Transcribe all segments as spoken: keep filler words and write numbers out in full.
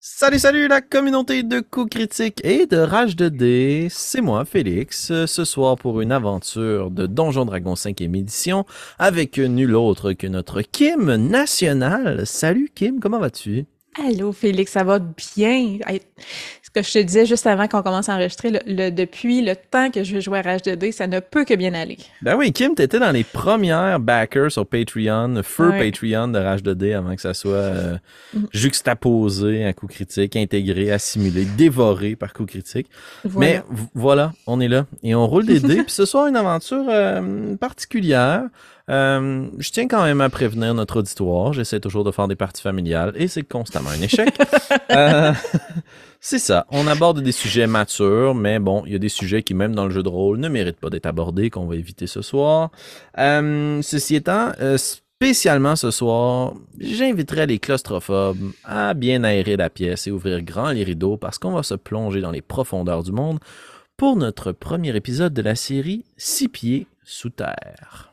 Salut, salut la communauté de coups critiques et de rage de dés, c'est moi Félix, ce soir pour une aventure de Donjon Dragon cinquième édition avec nul autre que notre Kim national. Salut Kim, comment vas-tu? Allô, Félix, ça va bien? Hey, ce que je te disais juste avant qu'on commence à enregistrer, le, le- depuis le temps que je vais jouer à Rage deux D, ça ne peut que bien aller. Ben oui, Kim, t'étais dans les premières backers sur Patreon, feu Ouais. Patreon de rage de dés avant que ça soit euh, Mhm. juxtaposé à coup critique, intégré, assimilé, dévoré par coup critique. Mais Voilà. v- voilà, on est là et on roule des dés. Puis ce soir, une aventure euh, particulière. Euh, je tiens quand même à prévenir notre auditoire. J'essaie toujours de faire des parties familiales et c'est constamment un échec. Euh, c'est ça. On aborde des sujets matures, mais bon, il y a des sujets qui, même dans le jeu de rôle, ne méritent pas d'être abordés, qu'on va éviter ce soir. Euh, ceci étant, euh, spécialement ce soir, j'inviterai les claustrophobes à bien aérer la pièce et ouvrir grand les rideaux parce qu'on va se plonger dans les profondeurs du monde pour notre premier épisode de la série Six pieds sous terre.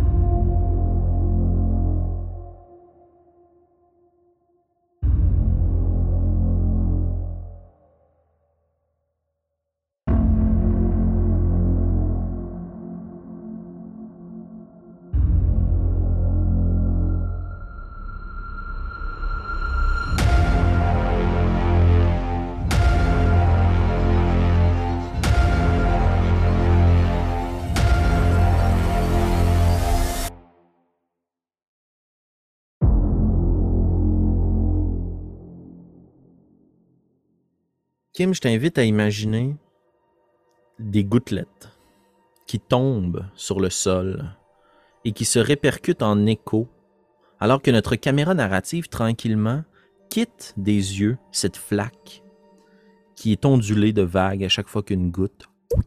Kim, je t'invite à imaginer des gouttelettes qui tombent sur le sol et qui se répercutent en écho alors que notre caméra narrative tranquillement quitte des yeux cette flaque qui est ondulée de vagues à chaque fois qu'une goutte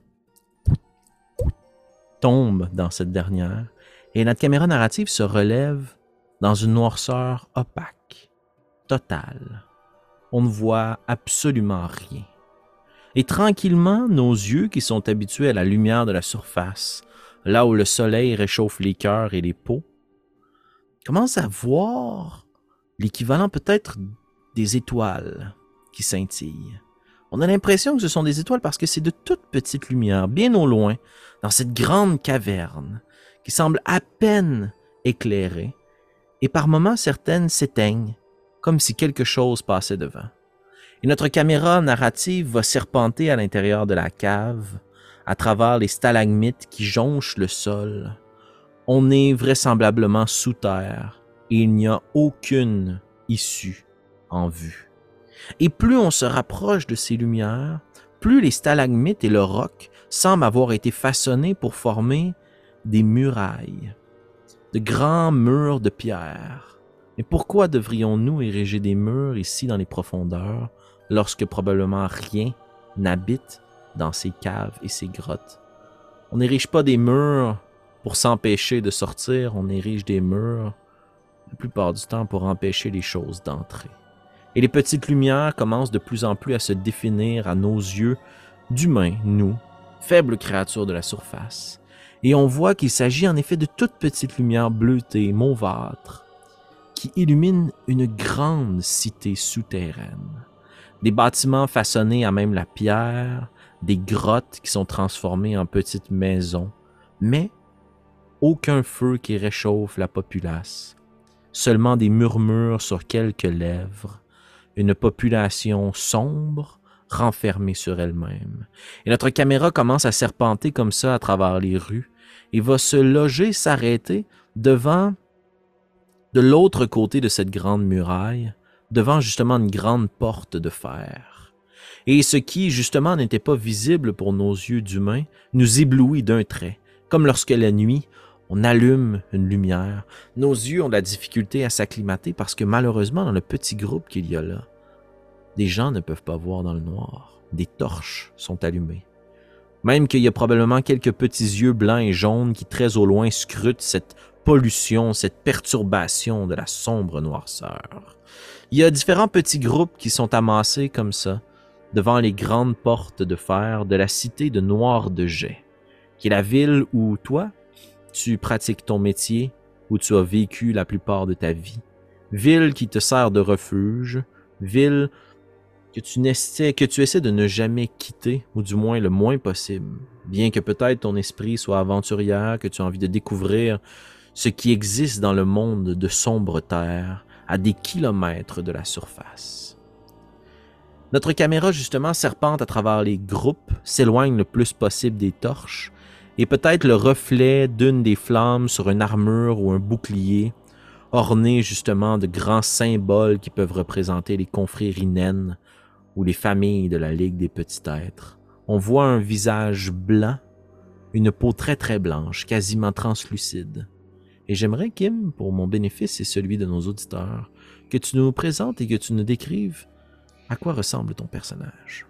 tombe dans cette dernière et notre caméra narrative se relève dans une noirceur opaque, totale. On ne voit absolument rien. Et tranquillement, nos yeux qui sont habitués à la lumière de la surface, là où le soleil réchauffe les cœurs et les peaux, commencent à voir l'équivalent peut-être des étoiles qui scintillent. On a l'impression que ce sont des étoiles parce que c'est de toutes petites lumières, bien au loin, dans cette grande caverne, qui semble à peine éclairée, et par moments certaines s'éteignent, comme si quelque chose passait devant. Et notre caméra narrative va serpenter à l'intérieur de la cave, à travers les stalagmites qui jonchent le sol. On est vraisemblablement sous terre et il n'y a aucune issue en vue. Et plus on se rapproche de ces lumières, plus les stalagmites et le roc semblent avoir été façonnés pour former des murailles, de grands murs de pierre. Mais pourquoi devrions-nous ériger des murs ici dans les profondeurs lorsque probablement rien n'habite dans ces caves et ces grottes? On n'érige pas des murs pour s'empêcher de sortir, on érige des murs la plupart du temps pour empêcher les choses d'entrer. Et les petites lumières commencent de plus en plus à se définir à nos yeux d'humains, nous, faibles créatures de la surface. Et on voit qu'il s'agit en effet de toutes petites lumières bleutées, mauvâtres, qui illuminent une grande cité souterraine. Des bâtiments façonnés à même la pierre, des grottes qui sont transformées en petites maisons, mais aucun feu qui réchauffe la populace, seulement des murmures sur quelques lèvres, une population sombre, renfermée sur elle-même. Et notre caméra commence à serpenter comme ça à travers les rues et va se loger, s'arrêter devant, de l'autre côté de cette grande muraille, devant justement une grande porte de fer. Et ce qui, justement, n'était pas visible pour nos yeux d'humains, nous éblouit d'un trait, comme lorsque la nuit, on allume une lumière. Nos yeux ont de la difficulté à s'acclimater parce que malheureusement, dans le petit groupe qu'il y a là, des gens ne peuvent pas voir dans le noir. Des torches sont allumées. Même qu'il y a probablement quelques petits yeux blancs et jaunes qui très au loin scrutent cette pollution, cette perturbation de la sombre noirceur. Il y a différents petits groupes qui sont amassés comme ça, devant les grandes portes de fer de la cité de Noir-de-Jet, qui est la ville où toi, tu pratiques ton métier, où tu as vécu la plupart de ta vie. Ville qui te sert de refuge, ville que tu, n'essaies, que tu essaies de ne jamais quitter, ou du moins le moins possible. Bien que peut-être ton esprit soit aventurière, que tu as envie de découvrir ce qui existe dans le monde de sombre terre, à des kilomètres de la surface. Notre caméra, justement, serpente à travers les groupes, s'éloigne le plus possible des torches, et peut-être le reflet d'une des flammes sur une armure ou un bouclier, orné justement de grands symboles qui peuvent représenter les confréries naines ou les familles de la Ligue des Petits Êtres. On voit un visage blanc, une peau très très blanche, quasiment translucide. Et j'aimerais, Kim, pour mon bénéfice et celui de nos auditeurs, que tu nous présentes et que tu nous décrives à quoi ressemble ton personnage.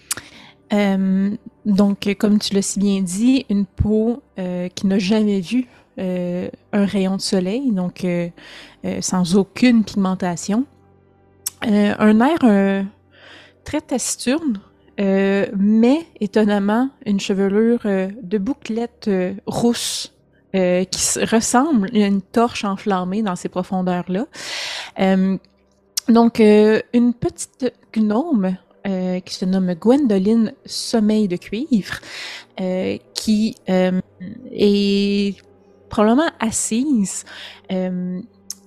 Euh, donc, comme tu l'as si bien dit, une peau euh, qui n'a jamais vu euh, un rayon de soleil, donc euh, euh, sans aucune pigmentation. Euh, un air euh, très taciturne, euh, mais étonnamment, une chevelure euh, de bouclettes euh, rousses euh, qui s- ressemble à une torche enflammée dans ces profondeurs-là. Euh, donc, euh, une petite gnome euh, qui se nomme Gwendoline Sommeil de Cuivre, euh, qui euh, est probablement assise euh,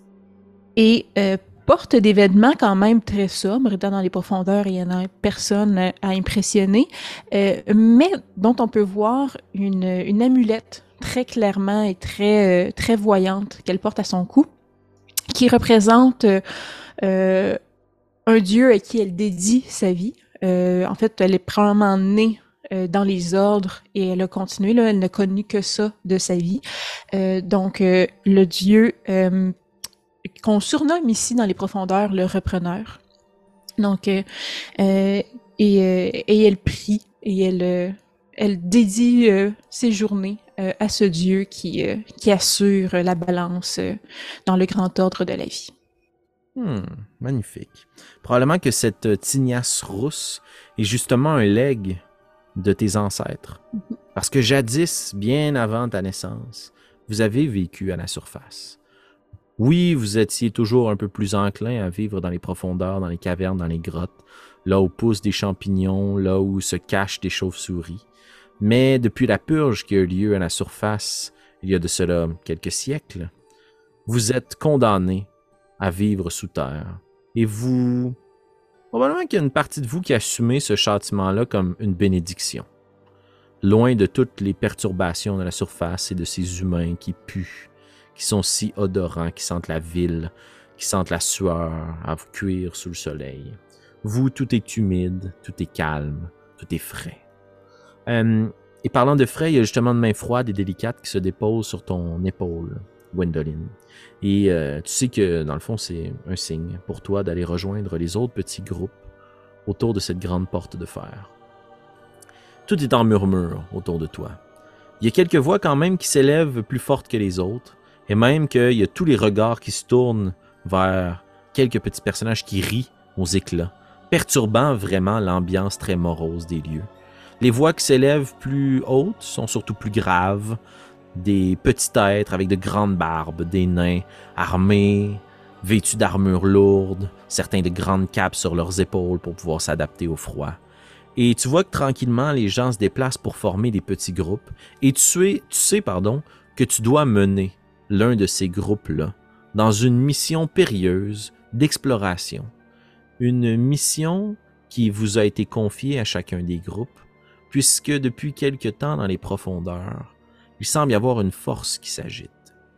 et euh, porte des vêtements quand même très sobres, étant dans les profondeurs, il y en a personne à impressionner, euh, mais dont on peut voir une, une amulette très clairement et très, euh, très voyante qu'elle porte à son cou, qui représente euh, euh, un dieu à qui elle dédie sa vie. Euh, en fait, elle est probablement née euh, dans les ordres et elle a continué, là, elle n'a connu que ça de sa vie. Euh, donc, euh, le dieu euh, qu'on surnomme ici dans les profondeurs le repreneur. Donc, euh, euh, et, euh, et elle prie et elle, euh, elle dédie euh, ses journées euh, à ce dieu qui, euh, qui assure la balance euh, dans le grand ordre de la vie. Hmm, magnifique. Probablement que cette euh, tignasse rousse est justement un legs de tes ancêtres. Parce que jadis, bien avant ta naissance, vous avez vécu à la surface. Oui, vous étiez toujours un peu plus enclin à vivre dans les profondeurs, dans les cavernes, dans les grottes, là où poussent des champignons, là où se cachent des chauves-souris. Mais depuis la purge qui a eu lieu à la surface, il y a de cela quelques siècles, vous êtes condamnés à vivre sous terre. Et vous... Probablement qu'il y a une partie de vous qui assumez ce châtiment-là comme une bénédiction. Loin de toutes les perturbations de la surface et de ces humains qui puent, qui sont si odorants, qui sentent la ville, qui sentent la sueur à vous cuire sous le soleil. Vous, tout est humide, tout est calme, tout est frais. Euh, et parlant de frais, il y a justement une main froide et délicate qui se dépose sur ton épaule, Gwendoline. Et euh, tu sais que, dans le fond, c'est un signe pour toi d'aller rejoindre les autres petits groupes autour de cette grande porte de fer. Tout est en murmure autour de toi. Il y a quelques voix quand même qui s'élèvent plus fortes que les autres, et même qu'il y a tous les regards qui se tournent vers quelques petits personnages qui rient aux éclats, perturbant vraiment l'ambiance très morose des lieux. Les voix qui s'élèvent plus hautes sont surtout plus graves, des petits êtres avec de grandes barbes, des nains armés, vêtus d'armures lourdes, certains de grandes capes sur leurs épaules pour pouvoir s'adapter au froid. Et tu vois que tranquillement, les gens se déplacent pour former des petits groupes. Et tu sais, tu sais pardon, que tu dois mener l'un de ces groupes-là dans une mission périlleuse d'exploration. Une mission qui vous a été confiée à chacun des groupes, puisque depuis quelque temps dans les profondeurs, il semble y avoir une force qui s'agite.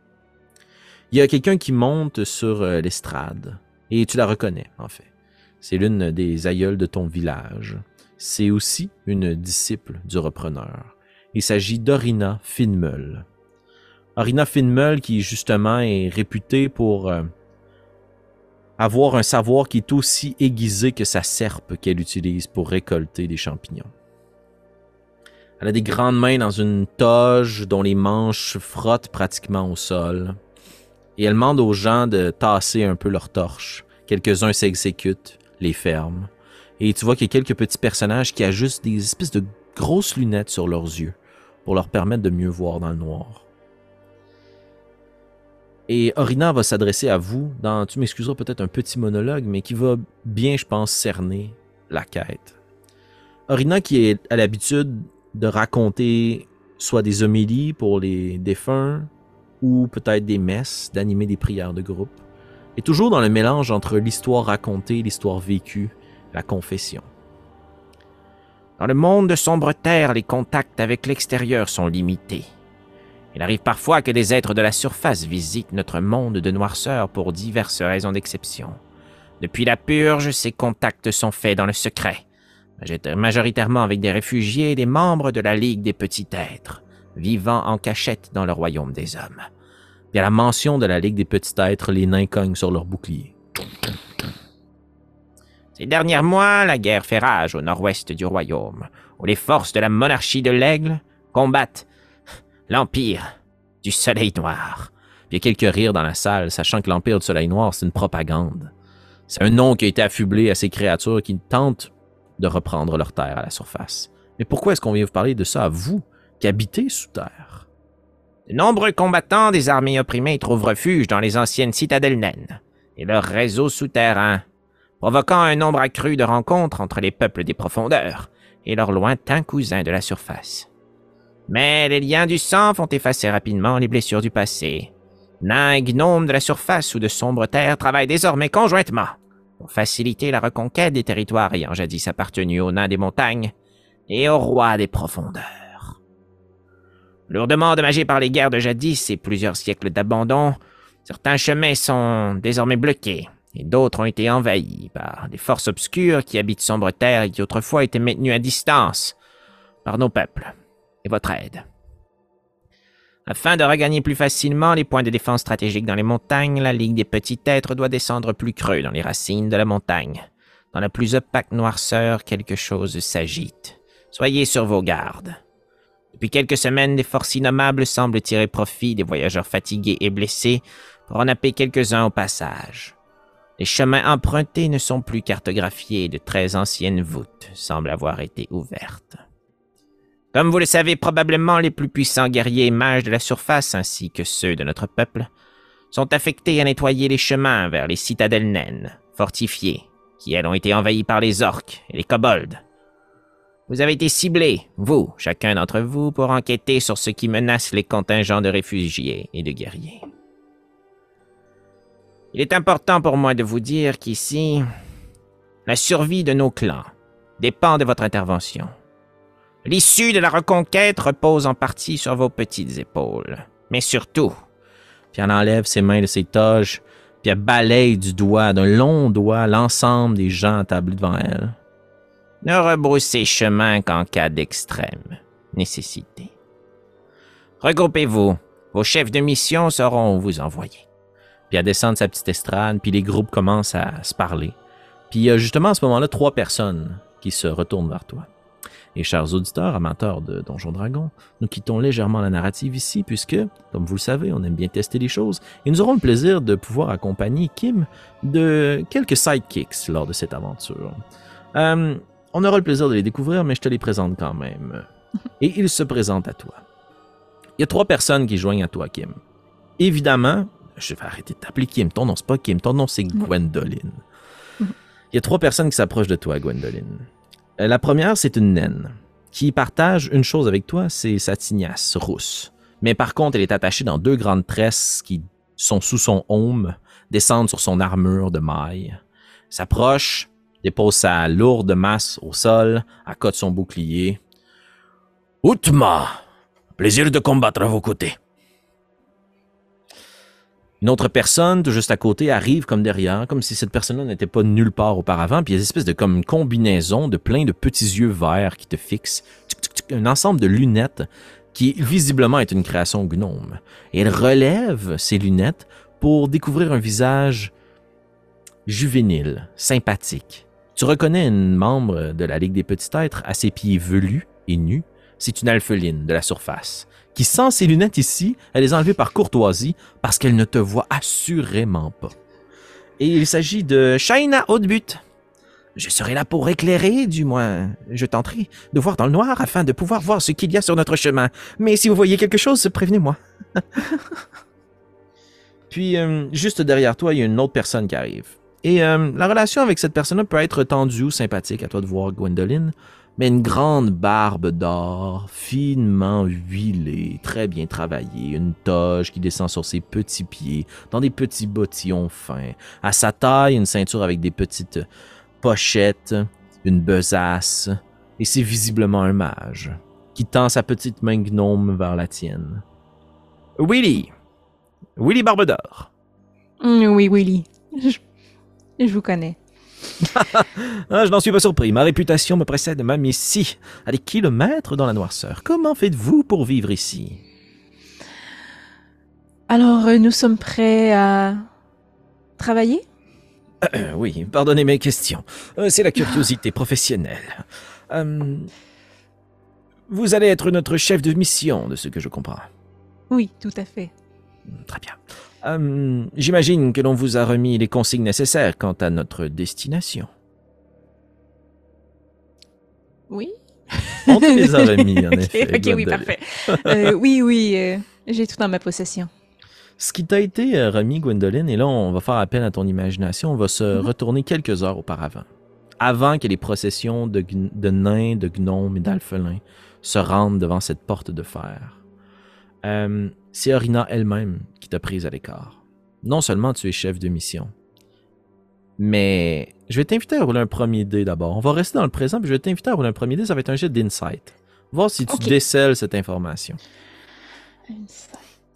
Il y a quelqu'un qui monte sur euh, l'estrade, et tu la reconnais, en fait. C'est l'une des aïeules de ton village. C'est aussi une disciple du repreneur. Il s'agit d'Orina Finmeul. Orina Finmeul qui, justement, est réputée pour euh, avoir un savoir qui est aussi aiguisé que sa serpe qu'elle utilise pour récolter des champignons. Elle a des grandes mains dans une toge dont les manches frottent pratiquement au sol. Et elle demande aux gens de tasser un peu leurs torches. Quelques-uns s'exécutent, les ferment. Et tu vois qu'il y a quelques petits personnages qui ajustent des espèces de grosses lunettes sur leurs yeux pour leur permettre de mieux voir dans le noir. Et Orina va s'adresser à vous dans, tu m'excuseras peut-être un petit monologue, mais qui va bien, je pense, cerner la quête. Orina, qui est à l'habitude de raconter soit des homélies pour les défunts ou peut-être des messes, d'animer des prières de groupe, est toujours dans le mélange entre l'histoire racontée, l'histoire vécue, la confession. Dans le monde de Sombre Terre, les contacts avec l'extérieur sont limités. Il arrive parfois que des êtres de la surface visitent notre monde de noirceur pour diverses raisons d'exception. Depuis la purge, ces contacts sont faits dans le secret, majoritairement avec des réfugiés et des membres de la Ligue des Petits Êtres, vivant en cachette dans le royaume des hommes. Puis à la mention de la Ligue des Petits Êtres, les nains cognent sur leurs boucliers. Ces derniers mois, la guerre fait rage au nord-ouest du royaume, où les forces de la monarchie de l'Aigle combattent l'Empire du Soleil Noir. Puis il y a quelques rires dans la salle, sachant que l'Empire du Soleil Noir, c'est une propagande. C'est un nom qui a été affublé à ces créatures qui tentent de reprendre leur terre à la surface. Mais pourquoi est-ce qu'on vient vous parler de ça à vous, qui habitez sous terre? De nombreux combattants des armées opprimées trouvent refuge dans les anciennes citadelles naines et leurs réseaux souterrains, provoquant un nombre accru de rencontres entre les peuples des profondeurs et leurs lointains cousins de la surface. Mais les liens du sang font effacer rapidement les blessures du passé. Nains et gnomes de la surface ou de Sombre Terre travaillent désormais conjointement pour faciliter la reconquête des territoires ayant jadis appartenu aux nains des montagnes et aux rois des profondeurs. Lourdement endommagés par les guerres de jadis et plusieurs siècles d'abandon, certains chemins sont désormais bloqués et d'autres ont été envahis par des forces obscures qui habitent Sombre Terre et qui autrefois étaient maintenues à distance par nos peuples et votre aide. Afin de regagner plus facilement les points de défense stratégiques dans les montagnes, la Ligue des Petits Êtres doit descendre plus creux dans les racines de la montagne. Dans la plus opaque noirceur, quelque chose s'agite. Soyez sur vos gardes. Depuis quelques semaines, des forces innommables semblent tirer profit des voyageurs fatigués et blessés pour en happer quelques-uns au passage. Les chemins empruntés ne sont plus cartographiés et de très anciennes voûtes semblent avoir été ouvertes. Comme vous le savez probablement, les plus puissants guerriers et mages de la surface, ainsi que ceux de notre peuple, sont affectés à nettoyer les chemins vers les citadelles naines, fortifiées, qui elles ont été envahies par les orques et les kobolds. Vous avez été ciblés, vous, chacun d'entre vous, pour enquêter sur ce qui menace les contingents de réfugiés et de guerriers. Il est important pour moi de vous dire qu'ici, la survie de nos clans dépend de votre intervention. L'issue de la reconquête repose en partie sur vos petites épaules. Mais surtout, puis elle enlève ses mains de ses toges, puis elle balaye du doigt, d'un long doigt, l'ensemble des gens attablés devant elle. Ne rebroussez chemin qu'en cas d'extrême nécessité. Regroupez-vous. Vos chefs de mission sauront où vous envoyer. Puis elle descend de sa petite estrade, puis les groupes commencent à se parler. Puis il y a justement à ce moment-là trois personnes qui se retournent vers toi. Et chers auditeurs, amateurs de Donjons Dragons, nous quittons légèrement la narrative ici puisque, comme vous le savez, on aime bien tester les choses et nous aurons le plaisir de pouvoir accompagner Kim de quelques sidekicks lors de cette aventure. Euh, on aura le plaisir de les découvrir, mais je te les présente quand même. Et ils se présentent à toi. Il y a trois personnes qui joignent à toi, Kim. Évidemment, je vais arrêter de t'appeler Kim, ton nom c'est pas Kim, ton nom c'est Gwendoline. Il y a trois personnes qui s'approchent de toi, Gwendoline. La première, c'est une naine qui partage une chose avec toi, c'est sa tignasse rousse. Mais par contre, elle est attachée dans deux grandes tresses qui sont sous son aume, descendent sur son armure de maille, s'approche, dépose sa lourde masse au sol, accote son bouclier. « Outma, plaisir de combattre à vos côtés. » Une autre personne, tout juste à côté, arrive comme derrière, comme si cette personne-là n'était pas nulle part auparavant, puis il y a une espèce de comme une combinaison de plein de petits yeux verts qui te fixent, un ensemble de lunettes qui visiblement est une création gnome. Et elle relève ses lunettes pour découvrir un visage juvénile, sympathique. Tu reconnais une membre de la Ligue des Petits Êtres à ses pieds velus et nus. C'est une alpheline de la surface, qui sans ses lunettes ici, elle les a enlevées par courtoisie parce qu'elle ne te voit assurément pas. Et il s'agit de Shaina Hautebut. Je serai là pour éclairer, du moins, je tenterai de voir dans le noir afin de pouvoir voir ce qu'il y a sur notre chemin. Mais si vous voyez quelque chose, prévenez-moi. Puis, euh, juste derrière toi, il y a une autre personne qui arrive. Et euh, la relation avec cette personne-là peut être tendue ou sympathique, à toi de voir, Gwendoline, mais une grande barbe d'or, finement huilée, très bien travaillée, une toge qui descend sur ses petits pieds, dans des petits bottillons fins. À sa taille, une ceinture avec des petites pochettes, une besace, et c'est visiblement un mage, qui tend sa petite main gnome vers la tienne. Willy! Willy Barbe d'Or! Mm, oui, Willy. Je, je vous connais. Ah, je n'en suis pas surpris. Ma réputation me précède même ici, à des kilomètres dans la noirceur. Comment faites-vous pour vivre ici? Alors, euh, nous sommes prêts à travailler? Euh, oui, pardonnez mes questions. Euh, c'est la curiosité professionnelle. Euh, vous allez être notre chef de mission, de ce que je comprends. Oui, tout à fait. Très bien. Euh, J'imagine que l'on vous a remis les consignes nécessaires quant à notre destination. Oui? On te les a remis, en Ok, effet. ok, oui, Gwendoline. parfait. Euh, oui, oui, euh, j'ai tout en ma possession. Ce qui t'a été euh, remis, Gwendoline, et là, on va faire appel à ton imagination, on va se Mhm. retourner quelques heures auparavant. Avant que les processions de, gn- de nains, de gnomes et d'alphelins se rendent devant cette porte de fer. Euh, c'est Orina elle-même qui t'a prise à l'écart. Non seulement tu es chef de mission, mais je vais t'inviter à rouler un premier dé d'abord. On va rester dans le présent, puis je vais t'inviter à rouler un premier dé, ça va être un jet d'insight. Voir si tu Ok. décèles cette information. Insight.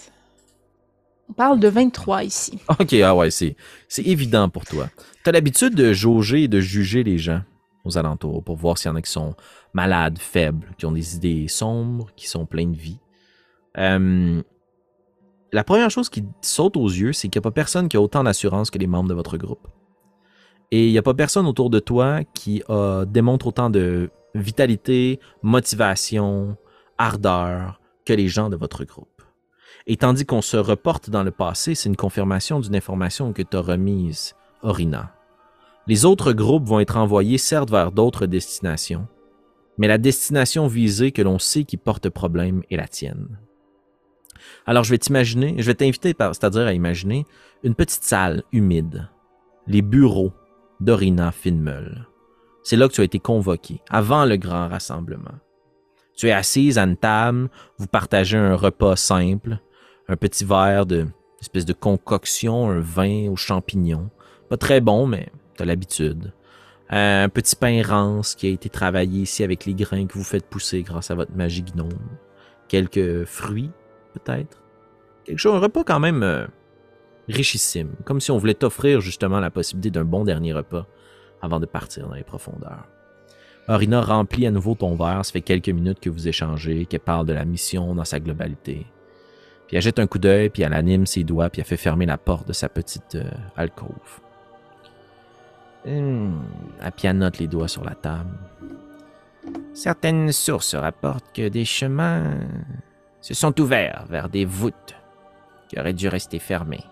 On parle de vingt-trois ici. Ok, ah ouais, c'est, c'est évident pour toi. Tu as l'habitude de jauger et de juger les gens aux alentours pour voir s'il y en a qui sont malades, faibles, qui ont des idées sombres, qui sont pleins de vie. Euh, la première chose qui saute aux yeux, c'est qu'il n'y a pas personne qui a autant d'assurance que les membres de votre groupe. Et il n'y a pas personne autour de toi qui a, démontre autant de vitalité, motivation, ardeur que les gens de votre groupe. Et tandis qu'on se reporte dans le passé, c'est une confirmation d'une information que tu as remise, Orina. Les autres groupes vont être envoyés certes vers d'autres destinations, mais la destination visée que l'on sait qui porte problème est la tienne. Alors je vais t'imaginer, je vais t'inviter, par- c'est-à-dire à imaginer une petite salle humide, les bureaux d'Orina Finmeul. C'est là que tu as été convoqué, avant le grand rassemblement. Tu es assise à une table, vous partagez un repas simple, un petit verre de espèce de concoction, un vin aux champignons. Pas très bon, mais t'as l'habitude. Un petit pain rance qui a été travaillé ici avec les grains que vous faites pousser grâce à votre magie gnome. Quelques fruits, peut-être. Quelque chose, un repas quand même euh, richissime. Comme si on voulait t'offrir justement la possibilité d'un bon dernier repas avant de partir dans les profondeurs. Orina remplit à nouveau ton verre, ça fait quelques minutes que vous échangez, qu'elle parle de la mission dans sa globalité. Puis elle jette un coup d'œil, puis elle anime ses doigts, puis elle fait fermer la porte de sa petite euh, alcôve. Hum, elle pianote les doigts sur la table. Certaines sources rapportent que des chemins se sont ouverts vers des voûtes qui auraient dû rester fermées.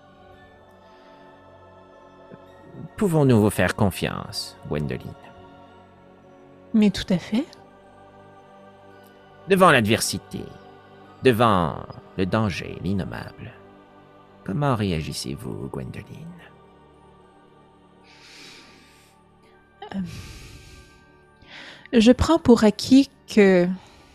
Pouvons-nous vous faire confiance, Gwendoline? Mais tout à fait. Devant l'adversité, devant le danger, l'innommable, comment réagissez-vous, Gwendoline? Euh, je prends pour acquis que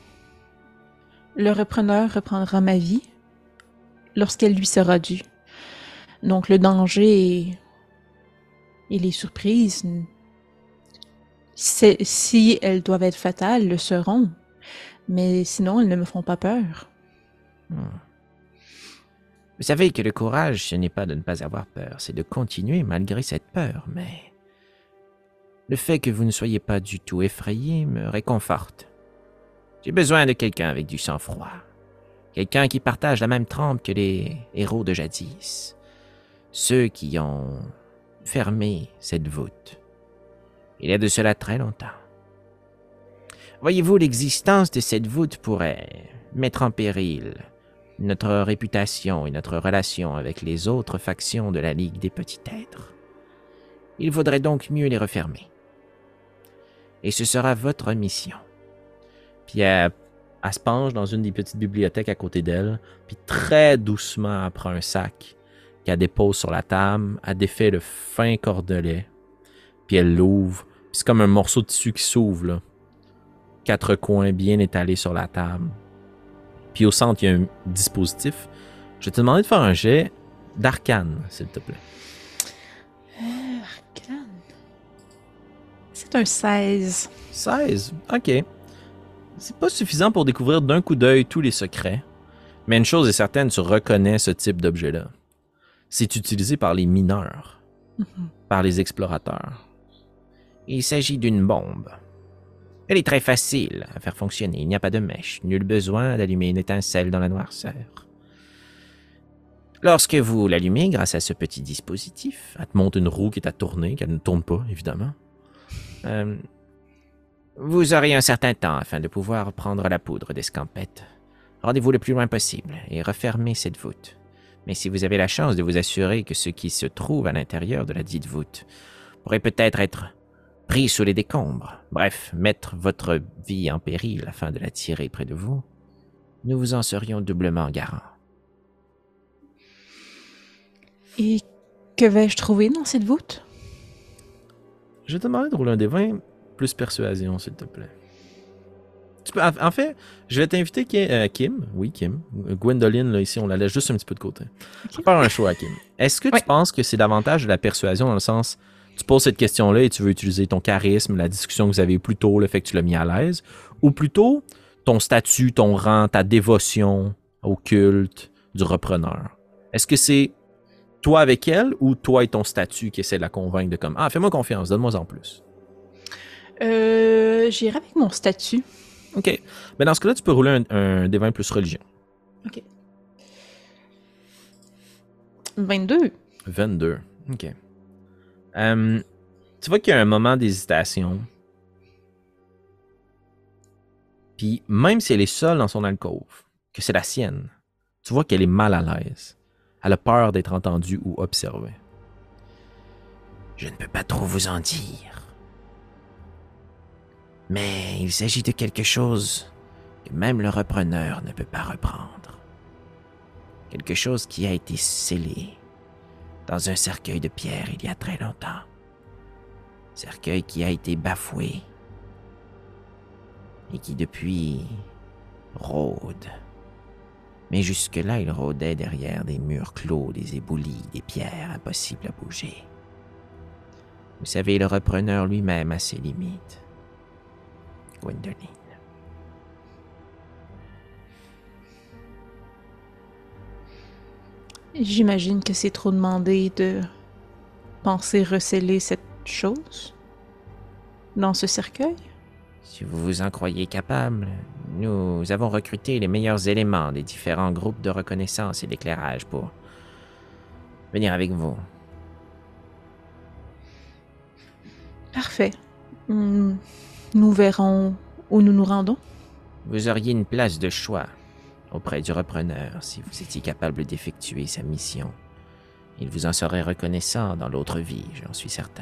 le repreneur reprendra ma vie lorsqu'elle lui sera due. Donc le danger et, et les surprises, c'est- si elles doivent être fatales, le seront. Mais sinon, elles ne me font pas peur. Hmm. Vous savez que le courage, ce n'est pas de ne pas avoir peur, c'est de continuer malgré cette peur, mais le fait que vous ne soyez pas du tout effrayé me réconforte. J'ai besoin de quelqu'un avec du sang-froid, quelqu'un qui partage la même trempe que les héros de jadis, ceux qui ont fermé cette voûte. Il y a de cela très longtemps. Voyez-vous, l'existence de cette voûte pourrait mettre en péril notre réputation et notre relation avec les autres factions de la Ligue des Petits Êtres. Il vaudrait donc mieux les refermer. Et ce sera votre mission. Puis elle, elle se penche dans une des petites bibliothèques à côté d'elle, puis très doucement elle prend un sac qu'elle dépose sur la table. Elle défait le fin cordelet, puis elle l'ouvre. Puis c'est comme un morceau de tissu qui s'ouvre, là. Quatre coins bien étalés sur la table. Puis au centre, il y a un dispositif. Je vais te demander de faire un jet d'arcane, s'il te plaît. Euh, arcane. C'est un seize. seize, ok. C'est pas suffisant pour découvrir d'un coup d'œil tous les secrets. Mais une chose est certaine, tu reconnais ce type d'objet-là. C'est utilisé par les mineurs, Mhm. par les explorateurs. Il s'agit d'une bombe. Elle est très facile à faire fonctionner. Il n'y a pas de mèche. Nul besoin d'allumer une étincelle dans la noirceur. Lorsque vous l'allumez grâce à ce petit dispositif, Elle te montre une roue qui est à tourner, qu'elle ne tourne pas, évidemment. euh, vous aurez un certain temps afin de pouvoir prendre la poudre d'escampette. Rendez-vous le plus loin possible et refermez cette voûte. Mais si vous avez la chance de vous assurer que ce qui se trouve à l'intérieur de la dite voûte pourrait peut-être être pris sous les décombres, bref, mettre votre vie en péril afin de la tirer près de vous, nous vous en serions doublement garants. Et que vais-je trouver dans cette voûte? Je vais te demander de rouler un des vingt plus persuasion, s'il te plaît. Tu peux, en, en fait, je vais t'inviter Ki- euh, Kim. Oui, Kim. Gwendoline, là, ici, on la laisse juste un petit peu de côté. Ok. Faire un choix, Kim. Est-ce que Ouais. tu penses que c'est davantage de la persuasion dans le sens, tu poses cette question-là et tu veux utiliser ton charisme, la discussion que vous avez eue plus tôt, le fait que tu l'as mis à l'aise, ou plutôt ton statut, ton rang, ta dévotion au culte du repreneur? Est-ce que c'est toi avec elle ou toi et ton statut qui essaie de la convaincre de comme, ah, fais-moi confiance, donne-moi en plus. Euh, j'irai avec mon statut. OK. Mais dans ce cas-là, tu peux rouler un, un des vingt plus religion. Ok. vingt-deux. vingt-deux. OK. Euh, tu vois qu'il y a un moment d'hésitation. Puis même si elle est seule dans son alcôve, que c'est la sienne, tu vois qu'elle est mal à l'aise. Elle a peur d'être entendue ou observée. Je ne peux pas trop vous en dire. Mais il s'agit de quelque chose que même le repreneur ne peut pas reprendre. Quelque chose qui a été scellé dans un cercueil de pierre il y a très longtemps. Cercueil qui a été bafoué et qui depuis rôde. Mais jusque-là, il rôdait derrière des murs clos, des éboulis, des pierres impossibles à bouger. Vous savez, le repreneur lui-même a ses limites. Gwendoline. J'imagine que c'est trop demandé de penser receller cette chose dans ce cercueil. Si vous vous en croyez capable, nous avons recruté les meilleurs éléments des différents groupes de reconnaissance et d'éclairage pour venir avec vous. Parfait. Hmm, Nous verrons où nous nous rendons. Vous auriez une place de choix auprès du repreneur si vous étiez capable d'effectuer sa mission. Il vous en serait reconnaissant dans l'autre vie, j'en suis certaine.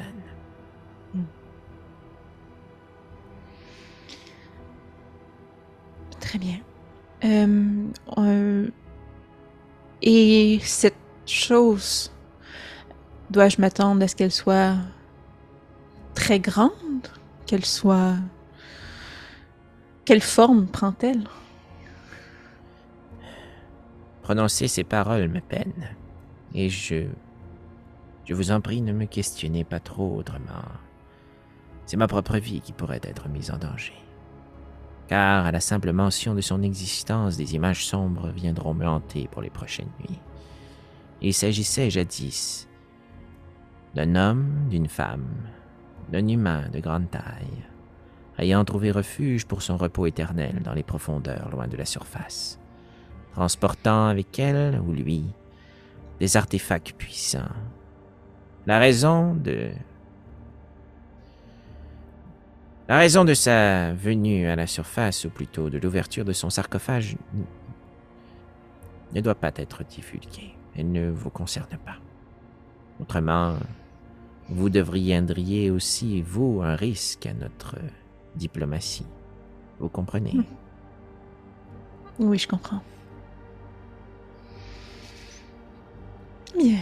Très bien. Euh, euh, et cette chose, dois-je m'attendre à ce qu'elle soit très grande? Qu'elle soit... Quelle forme prend-elle? Prononcer ces paroles me peine, et je... Je vous en prie, ne me questionnez pas trop autrement. C'est ma propre vie qui pourrait être mise en danger. Car à la simple mention de son existence, des images sombres viendront me hanter pour les prochaines nuits. Il s'agissait jadis d'un homme, d'une femme, d'un humain de grande taille, ayant trouvé refuge pour son repos éternel dans les profondeurs loin de la surface, transportant avec elle ou lui des artefacts puissants. La raison de... La raison de sa venue à la surface, ou plutôt de l'ouverture de son sarcophage, ne doit pas être divulguée. Elle ne vous concerne pas. Autrement, vous devriez aussi, vous, un risque à notre diplomatie. Vous comprenez? Hmm. Oui, je comprends. Bien.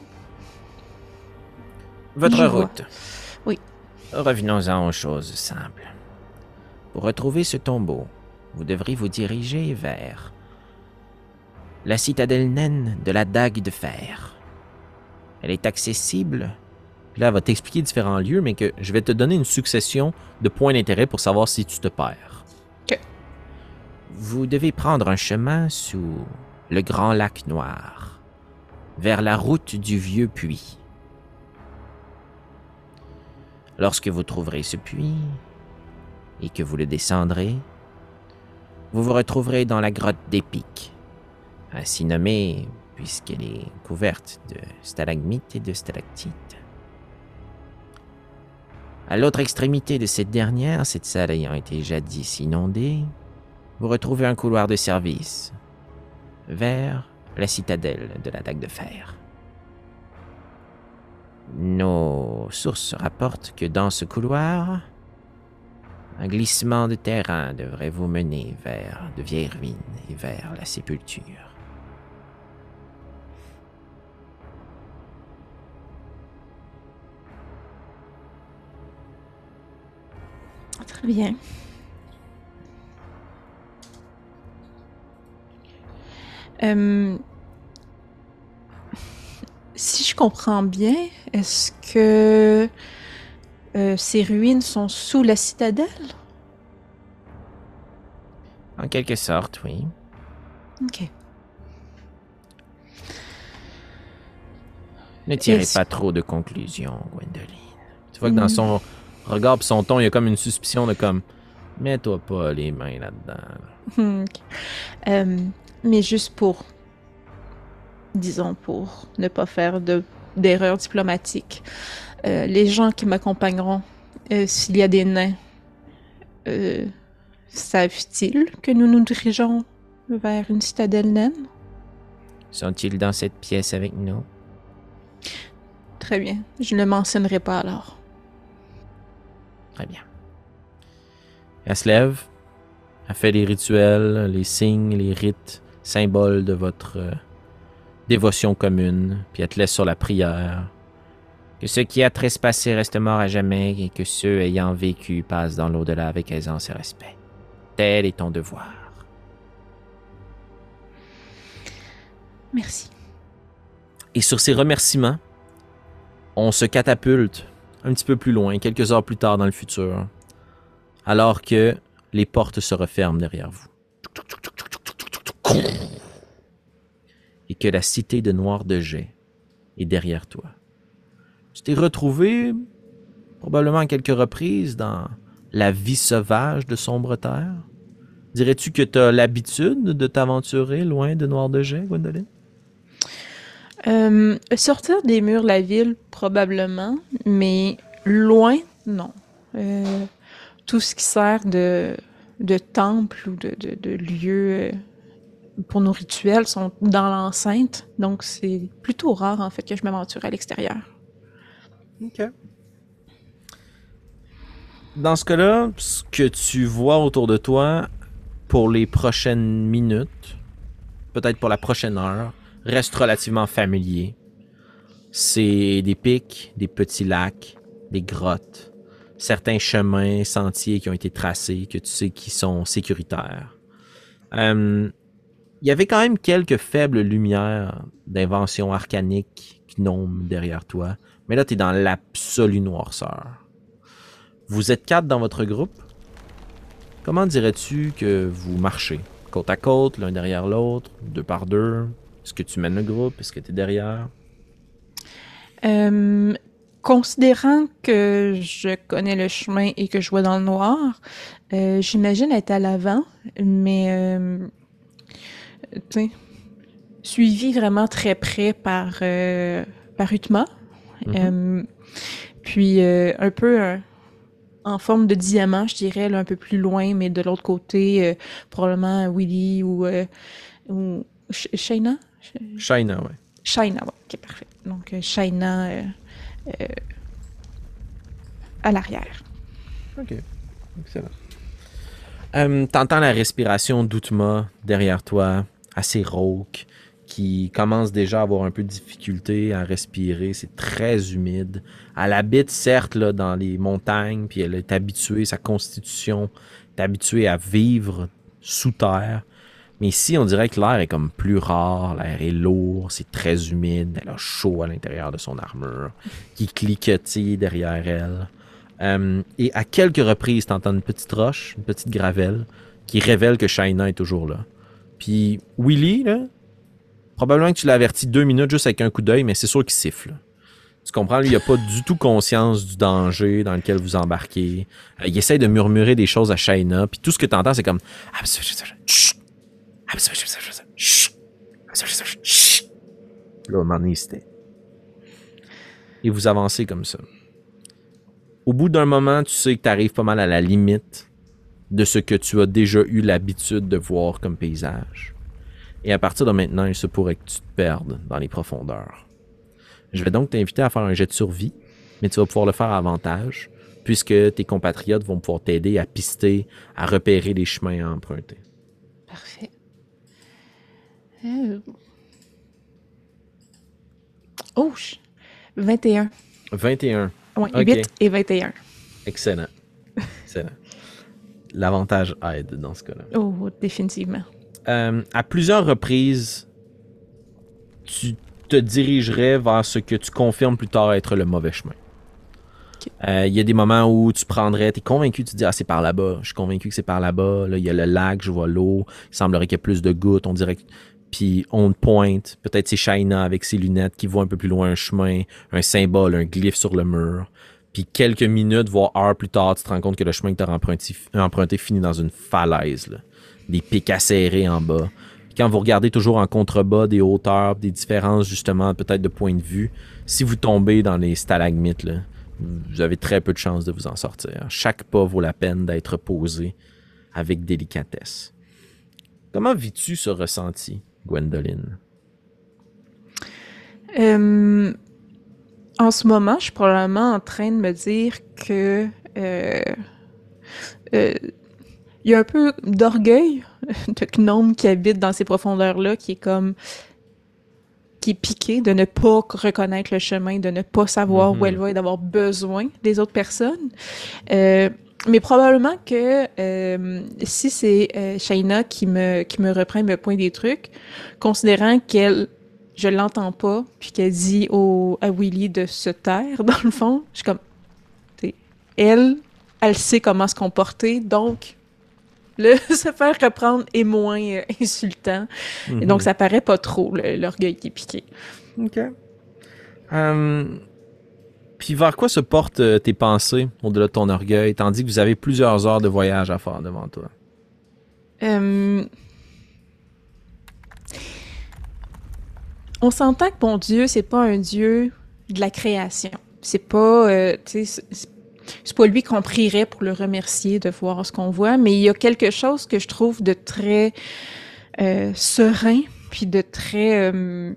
Votre Je vois. route. Oui. Revenons-en aux choses simples. Pour retrouver ce tombeau, vous devrez vous diriger vers la citadelle naine de la dague de fer. Elle est accessible. Puis là, elle va t'expliquer différents lieux, mais que je vais te donner une succession de points d'intérêt pour savoir si tu te perds. OK. Vous devez prendre un chemin sous le grand lac noir, vers la route du vieux puits. Lorsque vous trouverez ce puits et que vous le descendrez, vous vous retrouverez dans la grotte des Pics, ainsi nommée puisqu'elle est couverte de stalagmites et de stalactites. À l'autre extrémité de cette dernière, cette salle ayant été jadis inondée, vous retrouvez un couloir de service vers la citadelle de la dague de fer. Nos sources rapportent que dans ce couloir, un glissement de terrain devrait vous mener vers de vieilles ruines et vers la sépulture. Très bien. Euh, si je comprends bien, est-ce que euh, ces ruines sont sous la citadelle? En quelque sorte, oui. OK. Ne tirez Est-ce- pas trop de conclusions, Gwendoline. Tu vois que dans Mm. son regard et son ton, il y a comme une suspicion de comme « Mets-toi pas les mains là-dedans. OK. Euh, mais juste pour, disons, pour ne pas faire de d'erreurs diplomatiques, euh, les gens qui m'accompagneront, euh, s'il y a des nains, euh, savent-ils que nous nous dirigeons vers une citadelle naine? Sont-ils dans cette pièce avec nous? Très bien. Je ne le mentionnerai pas alors. Très bien. Elle se lève, elle fait les rituels, les signes, les rites, symboles de votre euh, dévotion commune, puis elle te laisse sur la prière. Que ce qui a trespassé reste mort à jamais et que ceux ayant vécu passent dans l'au-delà avec aisance et respect. Tel est ton devoir. Merci. Et sur ces remerciements, on se catapulte un petit peu plus loin, quelques heures plus tard dans le futur, alors que les portes se referment derrière vous. Et que la cité de Noir de Jet est derrière toi. Tu t'es retrouvé, probablement à quelques reprises, dans la vie sauvage de Sombre Terre. Dirais-tu que tu as l'habitude de t'aventurer loin de Noir de Jet, Gwendoline? Euh, sortir des murs de la ville, probablement, mais loin, non. Euh, tout ce qui sert de, de temple ou de, de, de lieu euh, pour nos rituels sont dans l'enceinte, donc c'est plutôt rare, en fait, que je m'aventure à l'extérieur. OK. Dans ce cas-là, ce que tu vois autour de toi pour les prochaines minutes, peut-être pour la prochaine heure, reste relativement familier. C'est des pics, des petits lacs, des grottes, certains chemins, sentiers qui ont été tracés, que tu sais qui sont sécuritaires. Euh, il y avait quand même quelques faibles lumières d'invention arcanique, gnome derrière toi, mais là, tu es dans l'absolue noirceur. Vous êtes quatre dans votre groupe. Comment dirais-tu que vous marchez? Côte à côte, l'un derrière l'autre, deux par deux? Est-ce que tu mènes le groupe? Est-ce que tu es derrière? Euh, considérant que je connais le chemin et que je vois dans le noir, euh, j'imagine être à l'avant, mais euh, tu sais, suivi vraiment très près par, euh, par Utma. Mhm. Euh, puis euh, un peu euh, en forme de diamant, je dirais, là, un peu plus loin, mais de l'autre côté, euh, probablement Willy ou, euh, ou Sh- Shayna? Sh- Shaina, ouais. Shaina, ouais, ok, parfait. Donc, euh, Shaina euh, euh, à l'arrière. Ok, excellent. Euh, T'entends la respiration d'Outma derrière toi, assez rauque, qui commence déjà à avoir un peu de difficulté à respirer. C'est très humide. Elle habite, certes, là, dans les montagnes, puis elle est habituée, sa constitution est habituée à vivre sous terre. Mais ici, on dirait que l'air est comme plus rare, l'air est lourd, c'est très humide, elle a chaud à l'intérieur de son armure, qui cliquetille derrière elle. Euh, et à quelques reprises, tu entends une petite roche, une petite gravelle, qui révèle que Shaina est toujours là. Puis Willy, là, probablement que tu l'as averti deux minutes juste avec un coup d'œil, mais c'est sûr qu'il siffle. Tu comprends, lui, il n'a pas du tout conscience du danger dans lequel vous embarquez. Euh, il essaie de murmurer des choses à Shaina, puis tout ce que tu entends, c'est comme... Chut! Là, au moment donné, c'était. Et vous avancez comme ça. Au bout d'un moment, tu sais que tu arrives pas mal à la limite de ce que tu as déjà eu l'habitude de voir comme paysage. Et à partir de maintenant, il se pourrait que tu te perdes dans les profondeurs. Je vais donc t'inviter à faire un jet de survie, mais tu vas pouvoir le faire à avantage, puisque tes compatriotes vont pouvoir t'aider à pister, à repérer les chemins à emprunter. Parfait. Euh... Oh, vingt et un. vingt et un. Oui, okay. huit et vingt et un. Excellent. Excellent. L'avantage aide dans ce cas-là. Oh, définitivement. Euh, à plusieurs reprises, tu te dirigerais vers ce que tu confirmes plus tard être le mauvais chemin. Il okay. euh, y a des moments où tu prendrais, tu es convaincu, tu te dis « Ah, c'est par là-bas. Je suis convaincu que c'est par là-bas. Là, il y a le lac, je vois l'eau. Il semblerait qu'il y ait plus de gouttes. On dirait que... » Puis on te pointe. Peut-être c'est Shaina avec ses lunettes qui voit un peu plus loin un chemin, un symbole, un glyphe sur le mur. Puis quelques minutes, voire heures plus tard, tu te rends compte que le chemin que tu as emprunté, emprunté finit dans une falaise. Là. Des pics acérés en bas. Puis quand vous regardez toujours en contrebas des hauteurs, des différences justement peut-être de point de vue, si vous tombez dans les stalagmites, là, vous avez très peu de chances de vous en sortir. Chaque pas vaut la peine d'être posé avec délicatesse. Comment vis-tu ce ressenti, Gwendoline? Euh, en ce moment, je suis probablement en train de me dire que euh, euh, il y a un peu d'orgueil de gnome qui habite dans ces profondeurs-là, qui est comme qui est piqué de ne pas reconnaître le chemin, de ne pas savoir mm-hmm. où elle va et d'avoir besoin des autres personnes. Euh, mais probablement que euh, si c'est euh, Shaina qui me qui me reprend, me pointe des trucs, considérant qu'elle, je l'entends pas, puis qu'elle dit au, à Willy de se taire, dans le fond, je suis comme, t'sais, elle, elle sait comment se comporter, donc le se faire reprendre est moins euh, insultant. Mm-hmm. Et donc, ça paraît pas trop, le, l'orgueil qui est piqué. OK. Um... Puis vers quoi se portent euh, tes pensées au-delà de ton orgueil, tandis que vous avez plusieurs heures de voyage à faire devant toi? Euh... On s'entend que mon Dieu, c'est pas un Dieu de la création. C'est pas, euh, tu sais, c'est, c'est pas lui qu'on prierait pour le remercier de voir ce qu'on voit, mais il y a quelque chose que je trouve de très euh, serein, puis de très, euh,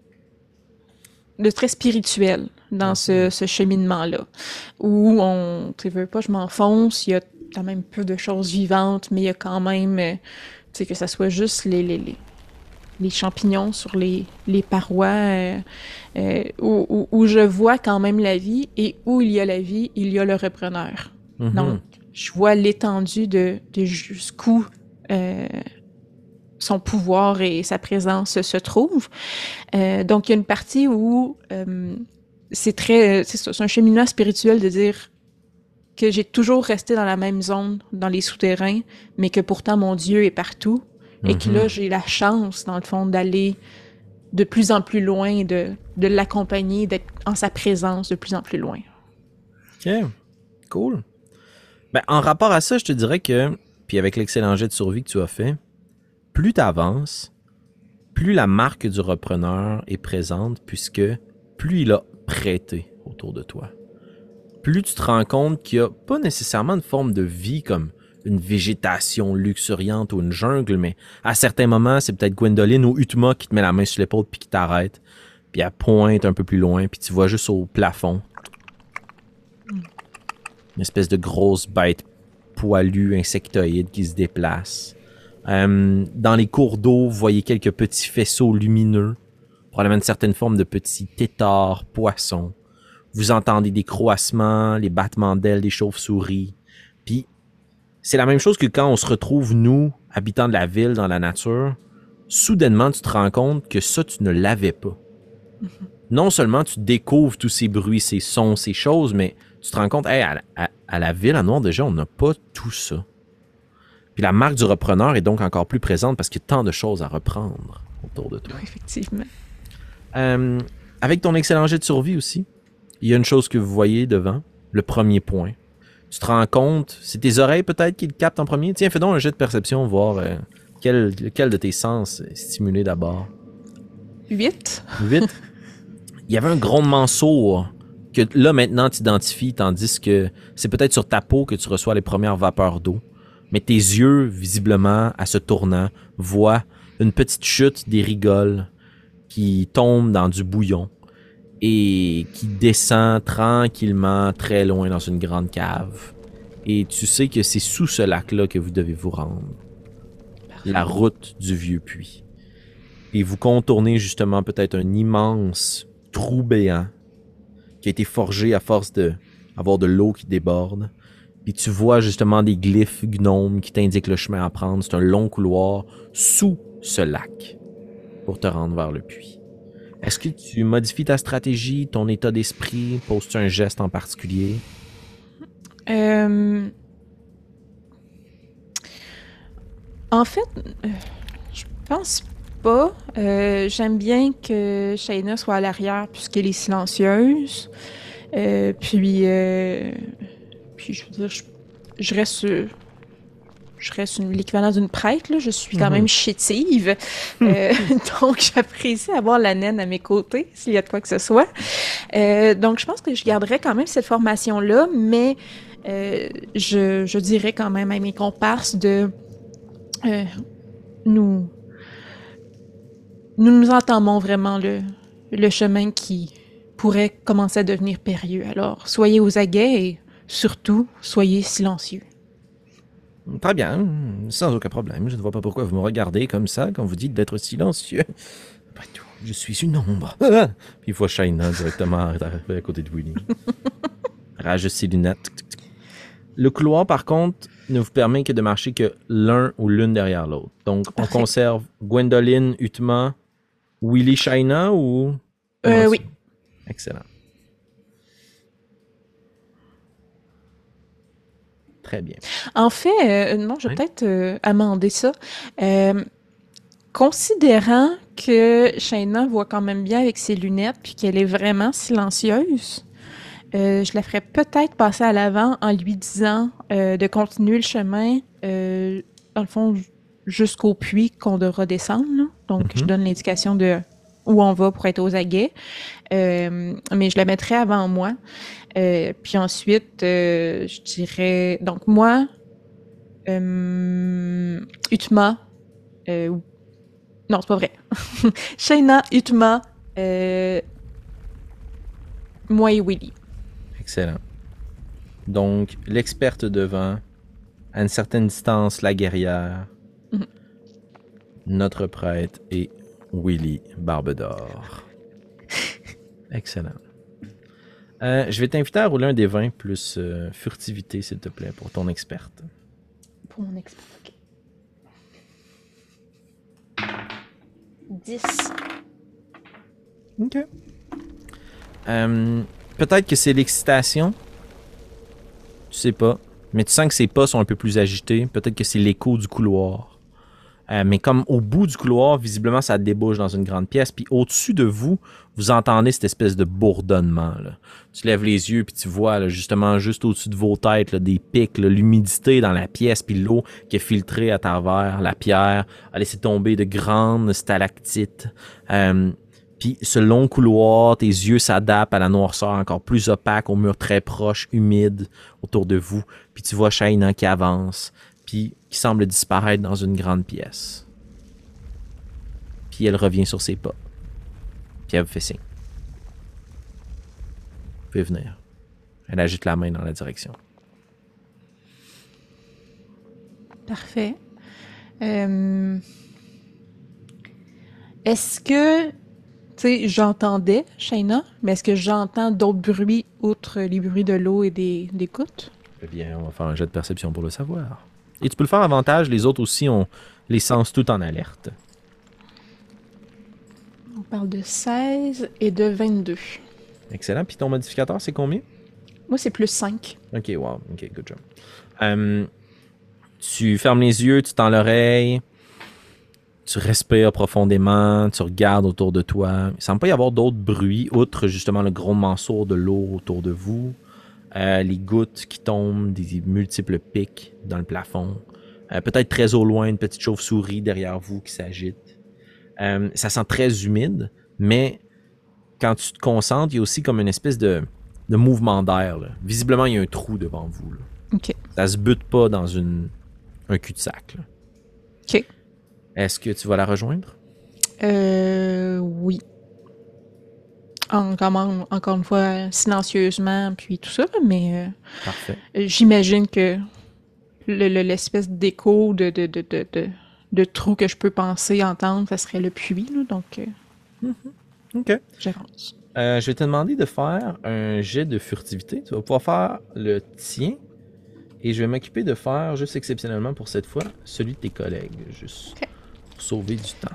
de très spirituel dans ce, ce cheminement-là, où on, tu veux pas, je m'enfonce, il y a quand même peu de choses vivantes, mais il y a quand même, euh, tu sais, que ça soit juste les, les, les, les champignons sur les, les parois, euh, euh, où, où, où je vois quand même la vie, et où il y a la vie, il y a le repreneur. Mm-hmm. Donc, je vois l'étendue de, de jusqu'où euh, son pouvoir et sa présence se trouvent. Euh, donc, il y a une partie où euh, c'est très, c'est, ça, c'est un cheminement spirituel de dire que j'ai toujours resté dans la même zone, dans les souterrains, mais que pourtant mon Dieu est partout, mm-hmm. et que là, j'ai la chance, dans le fond, d'aller de plus en plus loin, de, de l'accompagner, d'être en sa présence de plus en plus loin. OK, cool. Ben, en rapport à ça, je te dirais que, puis avec l'excellent jet de survie que tu as fait, plus tu avances, plus la marque du repreneur est présente, puisque plus il a prêté autour de toi. Plus tu te rends compte qu'il n'y a pas nécessairement une forme de vie comme une végétation luxuriante ou une jungle, mais à certains moments, c'est peut-être Gwendoline ou Utma qui te met la main sur l'épaule puis qui t'arrête, puis elle pointe un peu plus loin, puis tu vois juste au plafond une espèce de grosse bête poilue, insectoïde qui se déplace. Euh, dans les cours d'eau, vous voyez quelques petits faisceaux lumineux, probablement une certaine forme de petits têtards, poissons. Vous entendez des croassements, les battements d'ailes des chauves-souris. Puis, c'est la même chose que quand on se retrouve, nous, habitants de la ville, dans la nature. Soudainement, tu te rends compte que ça, tu ne l'avais pas. Mm-hmm. Non seulement tu découvres tous ces bruits, ces sons, ces choses, mais tu te rends compte, hey, à, à, à la ville, à Noir, déjà, on n'a pas tout ça. Puis la marque du repreneur est donc encore plus présente parce qu'il y a tant de choses à reprendre autour de toi. Oui, effectivement. Euh, avec ton excellent jet de survie aussi, il y a une chose que vous voyez devant, le premier point. Tu te rends compte, c'est tes oreilles peut-être qui le captent en premier. Tiens, fais donc un jet de perception, voir euh, quel, lequel de tes sens est stimulé d'abord. Huit. Huit. Il y avait un grondement sourd que là maintenant tu identifies, tandis que c'est peut-être sur ta peau que tu reçois les premières vapeurs d'eau. Mais tes yeux, visiblement, à se tournant, voient une petite chute des rigoles qui tombe dans du bouillon et qui descend tranquillement très loin dans une grande cave. Et tu sais que c'est sous ce lac-là que vous devez vous rendre. La route du vieux puits. Et vous contournez justement peut-être un immense trou béant qui a été forgé à force de avoir de l'eau qui déborde. Puis tu vois justement des glyphes gnomes qui t'indiquent le chemin à prendre. C'est un long couloir sous ce lac pour te rendre vers le puits. Est-ce que tu modifies ta stratégie, ton état d'esprit? Poses-tu un geste en particulier? Euh... En fait, euh, je pense pas. Euh, j'aime bien que Shayna soit à l'arrière puisqu'elle est silencieuse. Euh, puis... Euh... Puis, je veux dire, je, je reste, je reste une, l'équivalent d'une prêtre, là. Je suis quand mm-hmm. même chétive. euh, donc, j'apprécie avoir la naine à mes côtés, s'il y a de quoi que ce soit. Euh, donc, je pense que je garderai quand même cette formation-là, mais euh, je, je dirais quand même à mes comparses de euh, nous, nous nous entamons vraiment le, le chemin qui pourrait commencer à devenir périlleux. Alors, soyez aux aguets et surtout, soyez silencieux. Très bien, sans aucun problème. Je ne vois pas pourquoi vous me regardez comme ça quand vous dites d'être silencieux. Après tout, je suis une ombre. Puis il voit Shayna directement à côté de Willy. Rage ses lunettes. Le couloir, par contre, ne vous permet que de marcher que l'un ou l'une derrière l'autre. Donc, Parfait. On conserve Gwendoline, Utma, Willy, Shayna ou... Euh, oui. Excellent. Très bien. En fait, euh, non, je vais oui. peut-être euh, amender ça. Euh, considérant que Shayna voit quand même bien avec ses lunettes puis qu'elle est vraiment silencieuse, euh, je la ferais peut-être passer à l'avant en lui disant euh, de continuer le chemin, euh, dans le fond, jusqu'au puits qu'on devra descendre. Là. Donc, mm-hmm. je donne l'indication de où on va pour être aux aguets. Euh, mais je la mettrais avant moi. Euh, puis ensuite, euh, je dirais... Donc, moi, euh, Utma... Euh, non, c'est pas vrai. Shayna, Utma, euh, moi et Willy. Excellent. Donc, l'experte devant, à une certaine distance, la guerrière, mm-hmm. notre prêtre et Willy Barbe d'Or. Excellent. Euh, je vais t'inviter à rouler un des vingt plus euh, furtivité, s'il te plaît, pour ton experte. Pour mon experte, ok. dix. Ok. Euh, peut-être que c'est l'excitation. Tu sais pas. Mais tu sens que ses pas sont un peu plus agités. Peut-être que c'est l'écho du couloir. Euh, mais comme au bout du couloir, visiblement, ça débouche dans une grande pièce. Puis au-dessus de vous, vous entendez cette espèce de bourdonnement. Là. Tu lèves les yeux puis tu vois là, justement juste au-dessus de vos têtes là, des pics, là, l'humidité dans la pièce puis l'eau qui est filtrée à travers la pierre a laissé tomber de grandes stalactites. Euh, puis ce long couloir, tes yeux s'adaptent à la noirceur encore plus opaque, aux murs très proches, humides autour de vous. Puis tu vois Shayna qui avance. Puis qui semble disparaître dans une grande pièce. Puis elle revient sur ses pas. Puis elle vous fait signe. Vous pouvez venir. Elle agite la main dans la direction. Parfait. Euh, Est-ce que, tu sais, j'entendais Shayna, mais est-ce que j'entends d'autres bruits outre les bruits de l'eau et des, des gouttes? Eh bien, on va faire un jet de perception pour le savoir. Et tu peux le faire avantage, les autres aussi ont les sens tout en alerte. On parle de seize et de vingt-deux. Excellent. Puis ton modificateur, c'est combien? Moi, c'est plus cinq. Ok, wow. Ok, good job. Euh, tu fermes les yeux, tu tends l'oreille, tu respires profondément, tu regardes autour de toi. Il semble pas y avoir d'autres bruits, outre justement le grondement sourd de l'eau autour de vous, euh, les gouttes qui tombent, des multiples pics dans le plafond. Euh, peut-être très au loin, une petite chauve-souris derrière vous qui s'agite. Euh, ça sent très humide, mais quand tu te concentres, il y a aussi comme une espèce de, de mouvement d'air. Là. Visiblement, il y a un trou devant vous. Là. OK. Ça se bute pas dans une, un cul-de-sac. Là. OK. Est-ce que tu vas la rejoindre? Euh, oui. Encore, encore une fois, silencieusement, puis tout ça, mais euh, Parfait. j'imagine que le- le- l'espèce d'écho de, de, de, de, de, de trou que je peux penser entendre, ça serait le puits, là, donc euh, OK. j'avance. Euh, je vais te demander de faire un jet de furtivité. Tu vas pouvoir faire le tien. Et je vais m'occuper de faire, juste exceptionnellement pour cette fois, celui de tes collègues. Juste OK. pour sauver du temps.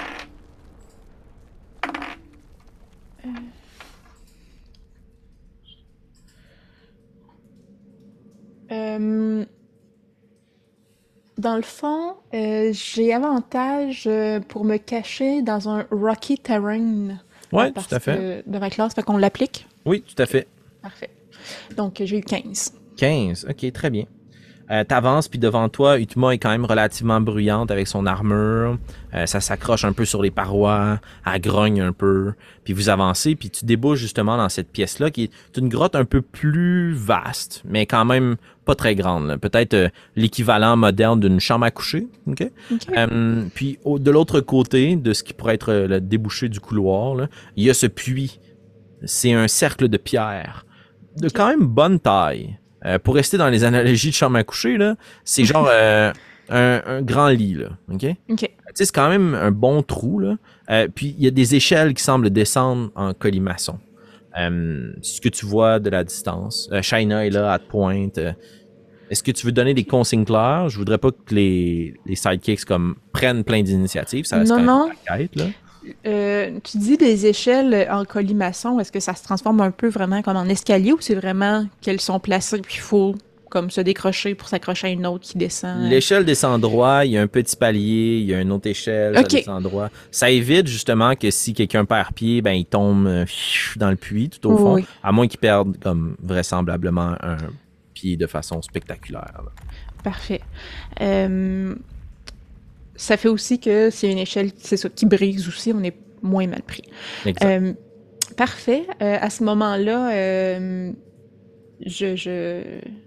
Euh, dans le fond, euh, j'ai avantage euh, pour me cacher dans un rocky terrain. Oui, à tout à fait. De, de ma classe, fait qu'on l'applique. Oui, tout à fait. Parfait. Donc, j'ai eu quinze. quinze, ok, très bien. Euh, T'avances, puis devant toi, Utma est quand même relativement bruyante avec son armure. Euh, ça s'accroche un peu sur les parois, elle grogne un peu. Puis vous avancez, puis tu débouches justement dans cette pièce-là, qui est une grotte un peu plus vaste, mais quand même pas très grande. là. Peut-être euh, l'équivalent moderne d'une chambre à coucher. ok? OK. Euh, puis au- de l'autre côté, de ce qui pourrait être euh, le débouché du couloir, là, il y a ce puits. C'est un cercle de pierre de Ok. quand même bonne taille. Euh, pour rester dans les analogies de chambre à coucher, là, c'est genre euh, un, un grand lit, là, ok? OK. Tu sais, c'est quand même un bon trou, là. Euh, puis il y a des échelles qui semblent descendre en colimaçon. Euh, c'est ce que tu vois de la distance. Euh, Shayna est là, à te pointe. Euh, Est-ce que tu veux donner des consignes claires? Je voudrais pas que les, les sidekicks comme prennent plein d'initiatives. Ça reste Non, quand même non. la quête, là. Euh, tu dis des échelles en colimaçon, est-ce que ça se transforme un peu vraiment comme en escalier ou c'est vraiment qu'elles sont placées puis il faut comme se décrocher pour s'accrocher à une autre qui descend? L'échelle descend droit, il y a un petit palier, il y a une autre échelle, Ok. ça descend droit. Ça évite justement que si quelqu'un perd pied, ben il tombe euh, dans le puits tout au fond, Oui. à moins qu'il perde comme vraisemblablement un pied de façon spectaculaire. là. Parfait. Euh, ça fait aussi que c'est une échelle c'est ça, qui brise aussi, on est moins mal pris. Exact. Euh, parfait. Euh, à ce moment-là, euh, je, je...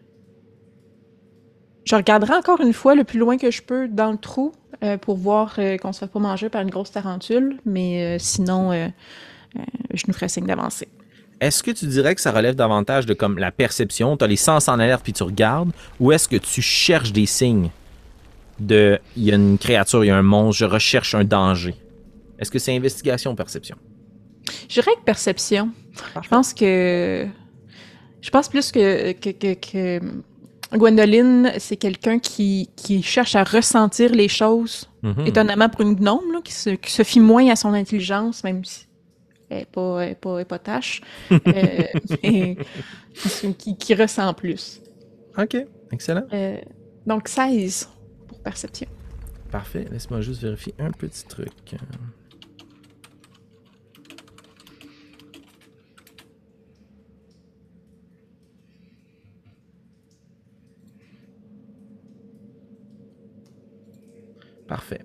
je regarderai encore une fois le plus loin que je peux dans le trou euh, pour voir euh, qu'on se fait pas manger par une grosse tarentule, mais euh, sinon, euh, euh, je nous ferai signe d'avancer. Est-ce que tu dirais que ça relève davantage de comme la perception, tu as les sens en alerte puis tu regardes, ou est-ce que tu cherches des signes de il y a une créature, il y a un monstre, je recherche un danger? Est-ce que c'est investigation ou perception? Je dirais que perception. Je pense que. Je pense plus que, que, que, que Gwendoline, c'est quelqu'un qui, qui cherche à ressentir les choses, Mhm. étonnamment pour une gnome, là, qui, se, qui se fie moins à son intelligence, même si elle n'est pas, elle est pas, elle est pas tâche, euh, mais qui, qui ressent plus. Ok, excellent. Euh, donc seize pour perception. Parfait, laisse-moi juste vérifier un petit truc. Parfait.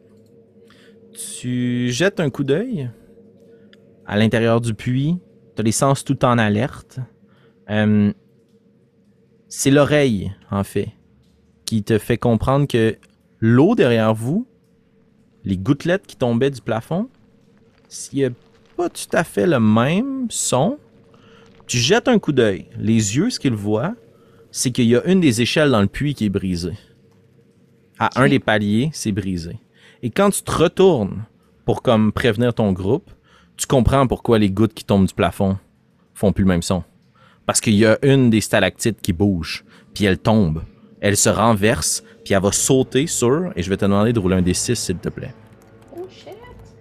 Tu jettes un coup d'œil à l'intérieur du puits. Tu as les sens tout en alerte. Euh, c'est l'oreille, en fait, qui te fait comprendre que l'eau derrière vous, les gouttelettes qui tombaient du plafond, s'il n'y a pas tout à fait le même son, tu jettes un coup d'œil. Les yeux, ce qu'ils voient, c'est qu'il y a une des échelles dans le puits qui est brisée. À un des paliers, c'est brisé. Et quand tu te retournes pour comme prévenir ton groupe, tu comprends pourquoi les gouttes qui tombent du plafond font plus le même son. Parce qu'il y a une des stalactites qui bouge, puis elle tombe. Elle se renverse, puis elle va sauter sur... Et je vais te demander de rouler un D six, s'il te plaît. Oh shit!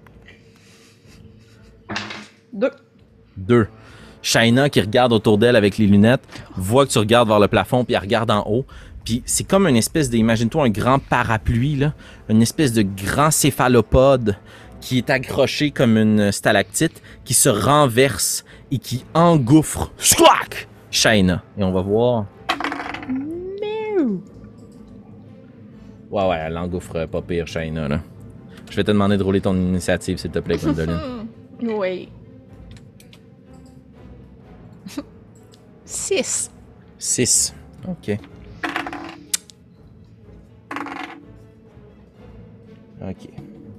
Deux. Deux. Shaina, qui regarde autour d'elle avec les lunettes, voit que tu regardes vers le plafond, puis elle regarde en haut. Puis c'est comme une espèce de... Imagine-toi un grand parapluie, là. Une espèce de grand céphalopode qui est accroché comme une stalactite, qui se renverse et qui engouffre... Squack! Shaina. Et on va voir... No! Ouais, ouais, elle engouffre pas pire, Shaina, là. Je vais te demander de rouler ton initiative, s'il te plaît, Gwendoline. Oui. Six. Six. OK. OK.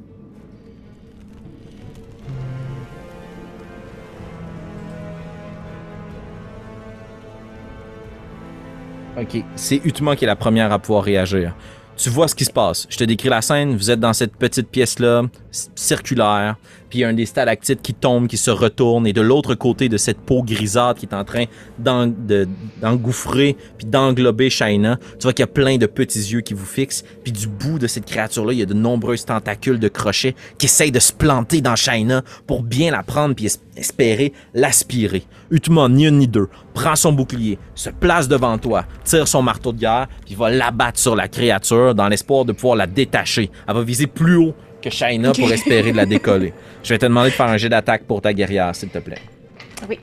OK. C'est Utma qui est la première à pouvoir réagir. Tu vois ce qui se passe. Je te décris la scène. Vous êtes dans cette petite pièce-là, circulaire. Puis il y a un des stalactites qui tombe, qui se retourne. Et de l'autre côté de cette peau grisâtre qui est en train d'en- de- d'engouffrer puis d'englober Shaina, tu vois qu'il y a plein de petits yeux qui vous fixent. Puis du bout de cette créature-là, il y a de nombreuses tentacules de crochets qui essayent de se planter dans Shaina pour bien la prendre puis es- espérer l'aspirer. Utma, ni une ni deux, prend son bouclier, se place devant toi, tire son marteau de guerre puis va l'abattre sur la créature dans l'espoir de pouvoir la détacher. Elle va viser plus haut que Shaina Okay. pour espérer de la décoller. Je vais te demander de faire un jet d'attaque pour ta guerrière, s'il te plaît. Oui.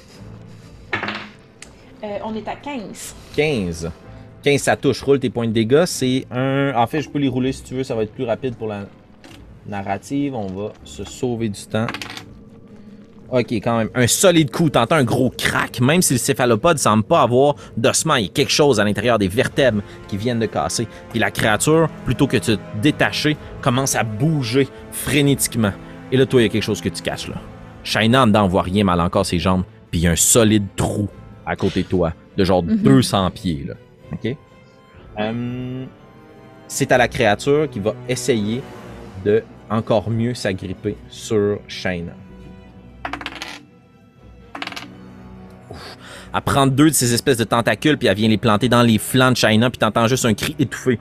Euh, on est à quinze. quinze. quinze, ça touche. Roule tes points de dégâts. C'est un... En fait, je peux les rouler si tu veux. Ça va être plus rapide pour la narrative. On va se sauver du temps. OK, quand même. Un solide coup. T'entends un gros crack. Même si le céphalopode semble pas avoir d'ossement, il y a quelque chose à l'intérieur des vertèbres qui viennent de casser. Puis la créature, plutôt que de se détacher, commence à bouger frénétiquement. Et là, toi, il y a quelque chose que tu caches, là. Shaina, en dedans, on voit rien, mais elle a encore ses jambes. Puis il y a un solide trou à côté de toi, de genre Mhm. deux cents pieds, là. OK? Euh, c'est à la créature qui va essayer de encore mieux s'agripper sur Shaina. Ouf. Elle prend deux de ces espèces de tentacules, puis elle vient les planter dans les flancs de Shaina, puis t'entends juste un cri étouffé.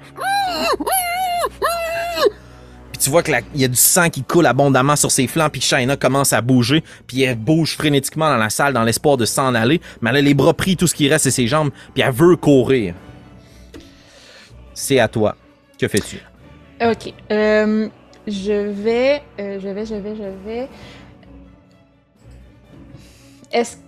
Puis tu vois qu'il y a du sang qui coule abondamment sur ses flancs, puis Shaina commence à bouger, puis elle bouge frénétiquement dans la salle dans l'espoir de s'en aller, mais elle a les bras pris, tout ce qui reste c'est ses jambes, puis elle veut courir. C'est à toi. Que fais-tu? Ok. Euh, je vais. euh, je vais, je vais, je vais. Est-ce.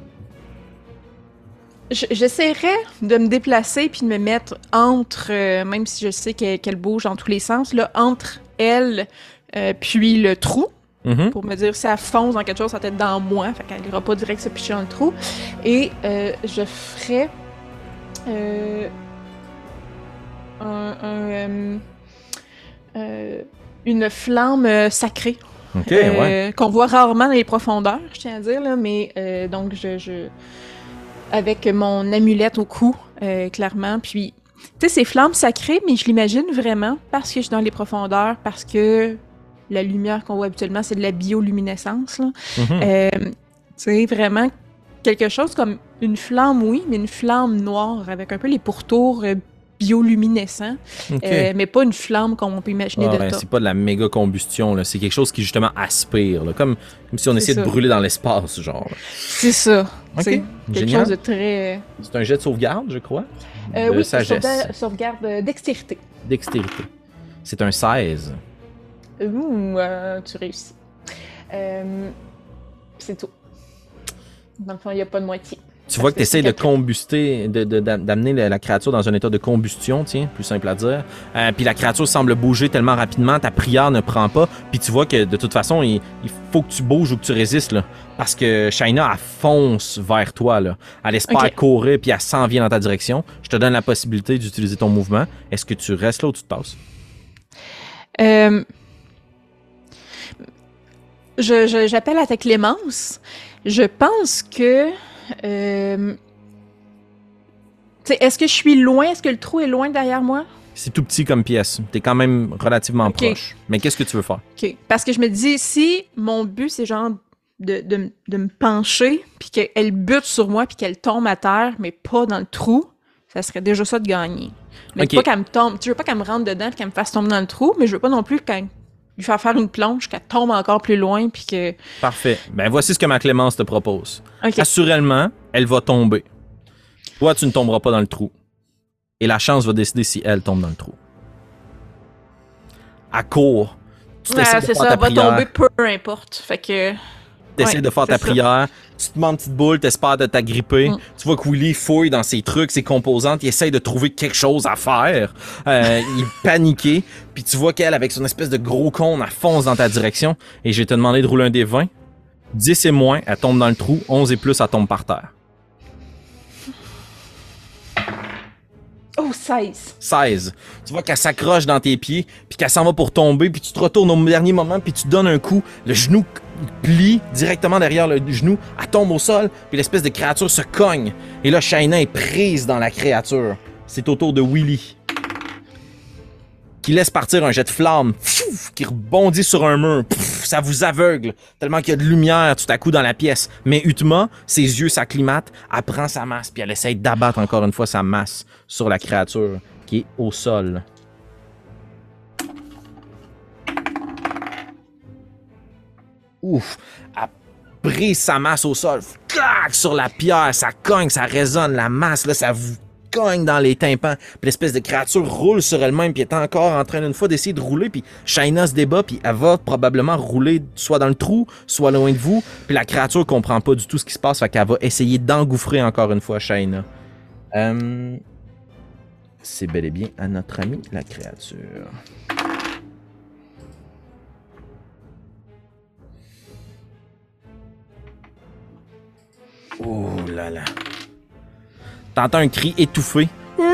Je- J'essaierais de me déplacer puis de me mettre entre, euh, même si je sais qu'elle qu'elle bouge dans tous les sens, là, entre elle euh, puis le trou, Mhm. pour me dire si elle fonce dans quelque chose, ça va être dans moi, fait qu'elle ira pas direct se picher dans le trou. Et euh, je ferais euh, un, un, euh, euh, une flamme euh, sacrée. Ok, euh, ouais. qu'on voit rarement dans les profondeurs, je tiens à dire, là, mais euh, donc je, je... avec mon amulette au cou, euh, clairement, puis tu sais, c'est flamme sacrée, mais je l'imagine vraiment parce que je suis dans les profondeurs, parce que la lumière qu'on voit habituellement, c'est de la bioluminescence, là. Mhm. Euh, tu sais, vraiment quelque chose comme une flamme, oui, mais une flamme noire avec un peu les pourtours euh, bioluminescents, Ok. euh, mais pas une flamme comme on peut imaginer Ah, de ben, top. c'est pas de la méga combustion, là. C'est quelque chose qui justement aspire, là. Comme, comme si on C'est essayait de ça. brûler dans l'espace, genre. C'est ça. Ok, C'est quelque génial. chose de très... C'est un jet de sauvegarde, je crois. Euh, de oui, sagesse. sauvegarde, sauvegarde euh, dextérité. Dextérité. C'est un seize. Ouh, euh, tu réussis. Euh, c'est tout. Dans le fond, il n'y a pas de moitié. Tu vois que tu essaies de c'est quatre. combuster, de- de- d'a- d'amener la, la créature dans un état de combustion, tiens, plus simple à dire. Euh, puis la créature semble bouger tellement rapidement, ta prière ne prend pas. Puis tu vois que de toute façon, il, il faut que tu bouges ou que tu résistes, là. Parce que Shaina, elle fonce vers toi, là. Elle espère Ok. courir, puis elle s'en vient dans ta direction. Je te donne la possibilité d'utiliser ton mouvement. Est-ce que tu restes là ou tu te passes? Euh, je, je- j'appelle à ta clémence. Je pense que... euh, tu sais, est-ce que je suis loin? Est-ce que le trou est loin derrière moi? C'est tout petit comme pièce. T'es quand même relativement Ok. proche. Mais qu'est-ce que tu veux faire? OK. Parce que je me dis, si mon but, c'est genre de, de, de me pencher, puis qu'elle bute sur moi, puis qu'elle tombe à terre, mais pas dans le trou, ça serait déjà ça de gagner. Mais Ok. pas qu'elle me tombe. Tu veux pas qu'elle me rentre dedans, puis qu'elle me fasse tomber dans le trou, mais je veux pas non plus qu'elle lui faire faire une plonge, qu'elle tombe encore plus loin, puis que. Parfait. Ben voici ce que ma Clémence te propose. OK. Assurément, elle va tomber. Toi, tu ne tomberas pas dans le trou. Et la chance va décider si elle tombe dans le trou. À court. Tu Ouais, t'essaies de c'est faire ça, ta va prière. tomber peu importe. Fait que. T'essaies Ouais, de faire c'est ta ça. prière. Tu te mets en petite boule, t'espères de t'agripper. Mm. Tu vois que Willy fouille dans ses trucs, ses composantes. Il essaye de trouver quelque chose à faire. Euh, il est paniqué. Puis tu vois qu'elle, avec son espèce de gros con, elle fonce dans ta direction. Et je vais te demander de rouler un des vingt. dix et moins, elle tombe dans le trou. onze et plus, elle tombe par terre. Oh, seize. seize. Tu vois qu'elle s'accroche dans tes pieds, puis qu'elle s'en va pour tomber, puis tu te retournes au dernier moment, puis tu donnes un coup. Le genou plie directement derrière le genou. Elle tombe au sol, puis l'espèce de créature se cogne. Et là, Shaina est prise dans la créature. C'est au tour de Willy, qui laisse partir un jet de flamme, pfff, qui rebondit sur un mur. Pfff, ça vous aveugle, tellement qu'il y a de lumière tout à coup dans la pièce. Mais Utma, ses yeux s'acclimatent, elle prend sa masse, puis elle essaye d'abattre encore une fois sa masse sur la créature qui est au sol. Ouf! Elle brise sa masse au sol, clac, sur la pierre, ça cogne, ça résonne, la masse, là, ça vous cogne dans les tympans. Puis l'espèce de créature roule sur elle-même, puis elle est encore en train d'une fois d'essayer de rouler, puis Shaina se débat, puis elle va probablement rouler soit dans le trou, soit loin de vous. Puis la créature comprend pas du tout ce qui se passe, fait qu'elle va essayer d'engouffrer encore une fois Shaina. Euh... C'est bel et bien à notre ami la créature. Oh là là. T'entends un cri étouffé.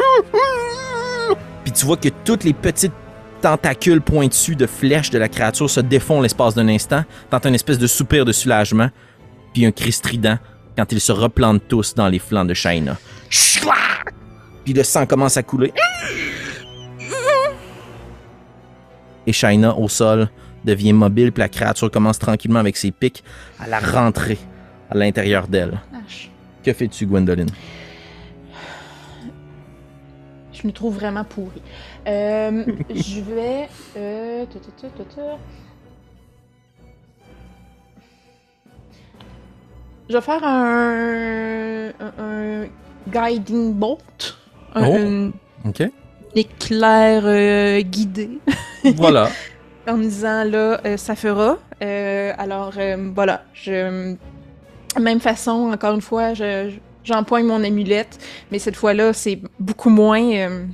Puis tu vois que toutes les petites tentacules pointus de flèches de la créature se défont l'espace d'un instant. T'entends une espèce de soupir de soulagement. Puis un cri strident quand ils se replantent tous dans les flancs de Shaina. Puis le sang commence à couler. Et Shaina, au sol, devient mobile. Puis la créature commence tranquillement avec ses pics à la rentrer à l'intérieur d'elle. Vache. Que fais-tu, Gwendoline? Je me trouve vraiment pourrie. Euh, je vais... Euh, ta, ta, ta, ta, ta. Je vais faire un, un, un guiding bolt. Un, Oh. un OK. éclair euh, guidé. Voilà. En me disant, là, euh, ça fera. Euh, alors, euh, voilà. Je... Même façon, encore une fois, je... je- j'empoigne mon amulette, mais cette fois-là, c'est beaucoup moins... Euh...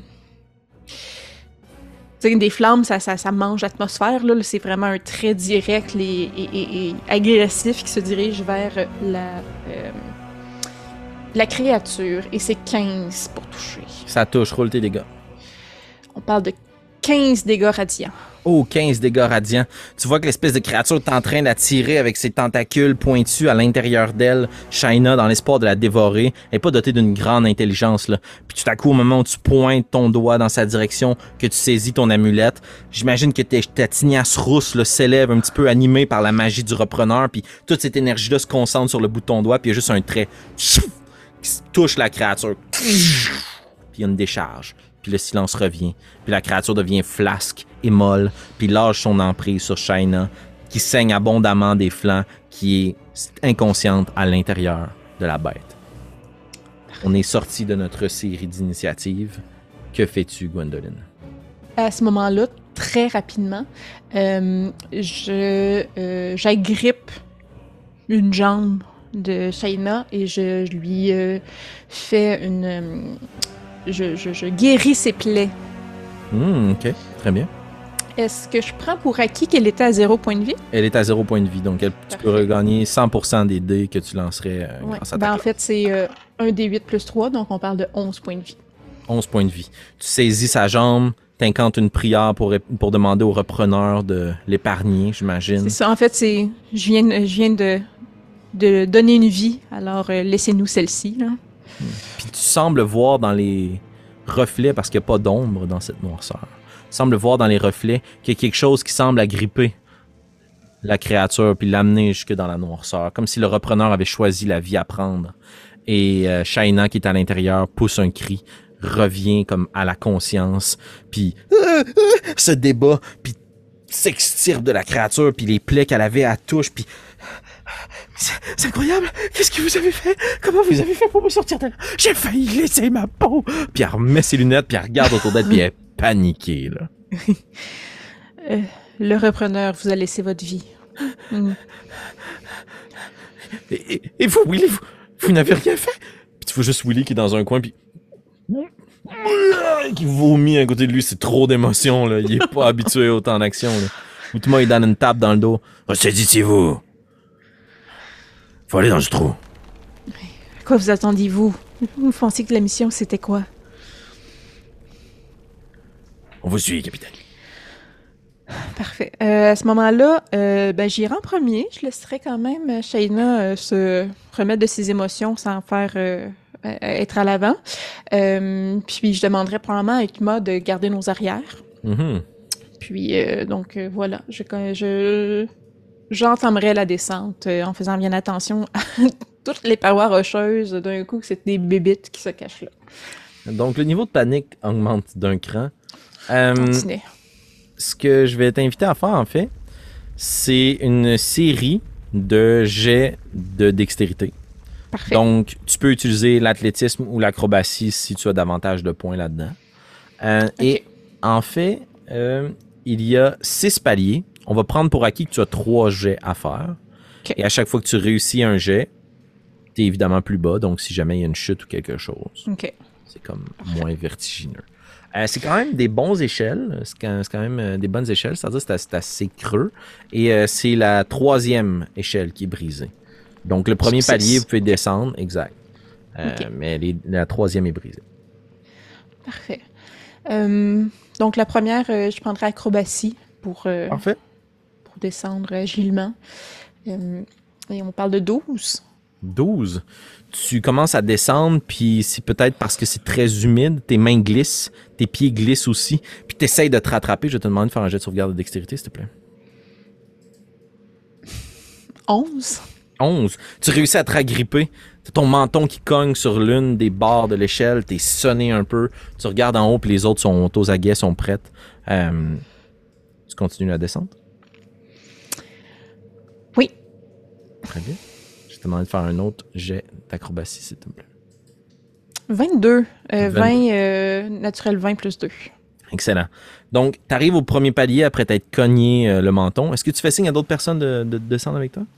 Tu sais, des flammes, ça, ça, ça mange l'atmosphère. Là, c'est vraiment un trait direct et, et, et- et agressif qui se dirige vers la, euh, la créature. Et c'est quinze pour toucher. Ça touche, roule tes dégâts. On parle de quinze dégâts radiants. Oh, quinze dégâts radiants. Tu vois que l'espèce de créature est en train d'attirer avec ses tentacules pointus à l'intérieur d'elle, Shaina, dans l'espoir de la dévorer. Elle n'est pas dotée d'une grande intelligence, là. Puis tout à coup, au moment où tu pointes ton doigt dans sa direction, que tu saisis ton amulette, j'imagine que tes- ta tignasse rousse là, s'élève un petit peu animée par la magie du repreneur, puis toute cette énergie-là se concentre sur le bout de ton doigt, puis il y a juste un trait qui touche la créature. Puis il y a une décharge. Puis le silence revient. Puis la créature devient flasque et molle. Puis lâche son emprise sur Shaina, qui saigne abondamment des flancs, qui est inconsciente à l'intérieur de la bête. On est sorti de notre série d'initiatives. Que fais-tu, Gwendoline? À ce moment-là, très rapidement, euh, je euh, j'agrippe une jambe de Shaina et je, je lui euh, fais une... euh, je, je, je guéris ses plaies. Hmm, ok, très bien. Est-ce que je prends pour acquis qu'elle était à zéro point de vie? Elle est à zéro point de vie, donc elle- tu peux Parfait. regagner cent pour cent des dés que tu lancerais euh, Ouais. grâce à ta Ben, en classe. fait, c'est euh, un D huit plus trois, donc on parle de onze points de vie. onze points de vie. Tu saisis sa jambe, t'incantes une prière pour, pour demander au repreneur de l'épargner, j'imagine. C'est ça, en fait, c'est je viens, je viens de, de donner une vie, alors euh, laissez-nous celle-ci. Là. Puis tu sembles voir dans les reflets parce qu'il n'y a pas d'ombre dans cette noirceur. Tu sembles voir dans les reflets qu'il y a quelque chose qui semble agripper la créature puis l'amener jusque dans la noirceur, comme si le repreneur avait choisi la vie à prendre. Et euh, Shaina, qui est à l'intérieur, pousse un cri, revient comme à la conscience, puis euh, euh, se débat, puis s'extirpe de la créature, puis les plaies qu'elle avait, elle touche, puis... C'est, c'est incroyable! Qu'est-ce que vous avez fait? Comment vous avez fait pour me sortir de là? J'ai failli laisser ma peau! Puis elle remet ses lunettes, puis elle regarde autour d'elle, puis elle est paniquée, là. euh, le repreneur vous a laissé votre vie. Mm. Et, et, et vous, Willy, vous, vous n'avez rien fait? Puis tu vois juste Willy qui est dans un coin, puis... qui vomit à côté de lui, c'est trop d'émotion, là. Il est pas habitué à autant d'action, là. Outma, il donne une tape dans le dos. Ressaisissez-vous! Faut aller dans le trou. À quoi vous attendiez-vous? Vous pensiez que la mission, c'était quoi? On vous suit, capitaine. Parfait. Euh, à ce moment-là, euh, ben, j'irai en premier. Je laisserai quand même Shaina euh, se remettre de ses émotions sans faire euh, être à l'avant. Euh, puis je demanderai probablement à Outma de garder nos arrières. Mm-hmm. Puis euh, donc euh, voilà, je, je, j'entamerai la descente euh, en faisant bien attention à toutes les parois rocheuses d'un coup, que c'est des bébites qui se cachent là. Donc le niveau de panique augmente d'un cran. Euh, Continuez. Ce que je vais t'inviter à faire, en fait, c'est une série de jets de dextérité. Parfait. Donc, tu peux utiliser l'athlétisme ou l'acrobatie si tu as davantage de points là-dedans. Euh, okay. Et en fait, euh, il y a six paliers. On va prendre pour acquis que tu as trois jets à faire. Okay. Et à chaque fois que tu réussis un jet, tu es évidemment plus bas. Donc, si jamais il y a une chute ou quelque chose, okay. c'est comme moins vertigineux. Euh, c'est quand même des bons échelles. C'est quand, c'est quand même euh, des bonnes échelles. C'est-à-dire que c'est, c'est assez creux. Et euh, c'est la troisième échelle qui est brisée. Donc, le premier Success. palier, vous pouvez descendre. Exact. Euh, okay. Mais les, la troisième est brisée. Parfait. Euh, donc, la première, euh, je prendrai acrobatie pour, euh, Parfait. pour descendre agilement. Euh, et on parle de douze. douze. Tu commences à descendre, puis c'est peut-être parce que c'est très humide, tes mains glissent, tes pieds glissent aussi, puis tu essaies de te rattraper. Je vais te demander de faire un jet de sauvegarde de dextérité, s'il te plaît. onze. onze. Tu réussis à te ragripper. T'as ton menton qui cogne sur l'une des barres de l'échelle, t'es sonné un peu. Tu regardes en haut, puis les autres sont aux aguets, sont prêtes. Euh, tu continues la descente? Oui. Très bien. Je vais te demander de faire un autre jet d'acrobatie, s'il te plaît. vingt-deux. Euh, vingt-deux. vingt, euh, naturel vingt plus deux. Excellent. Donc, tu arrives au premier palier après t'être cogné euh, le menton. Est-ce que tu fais signe à d'autres personnes de, de, de descendre avec toi?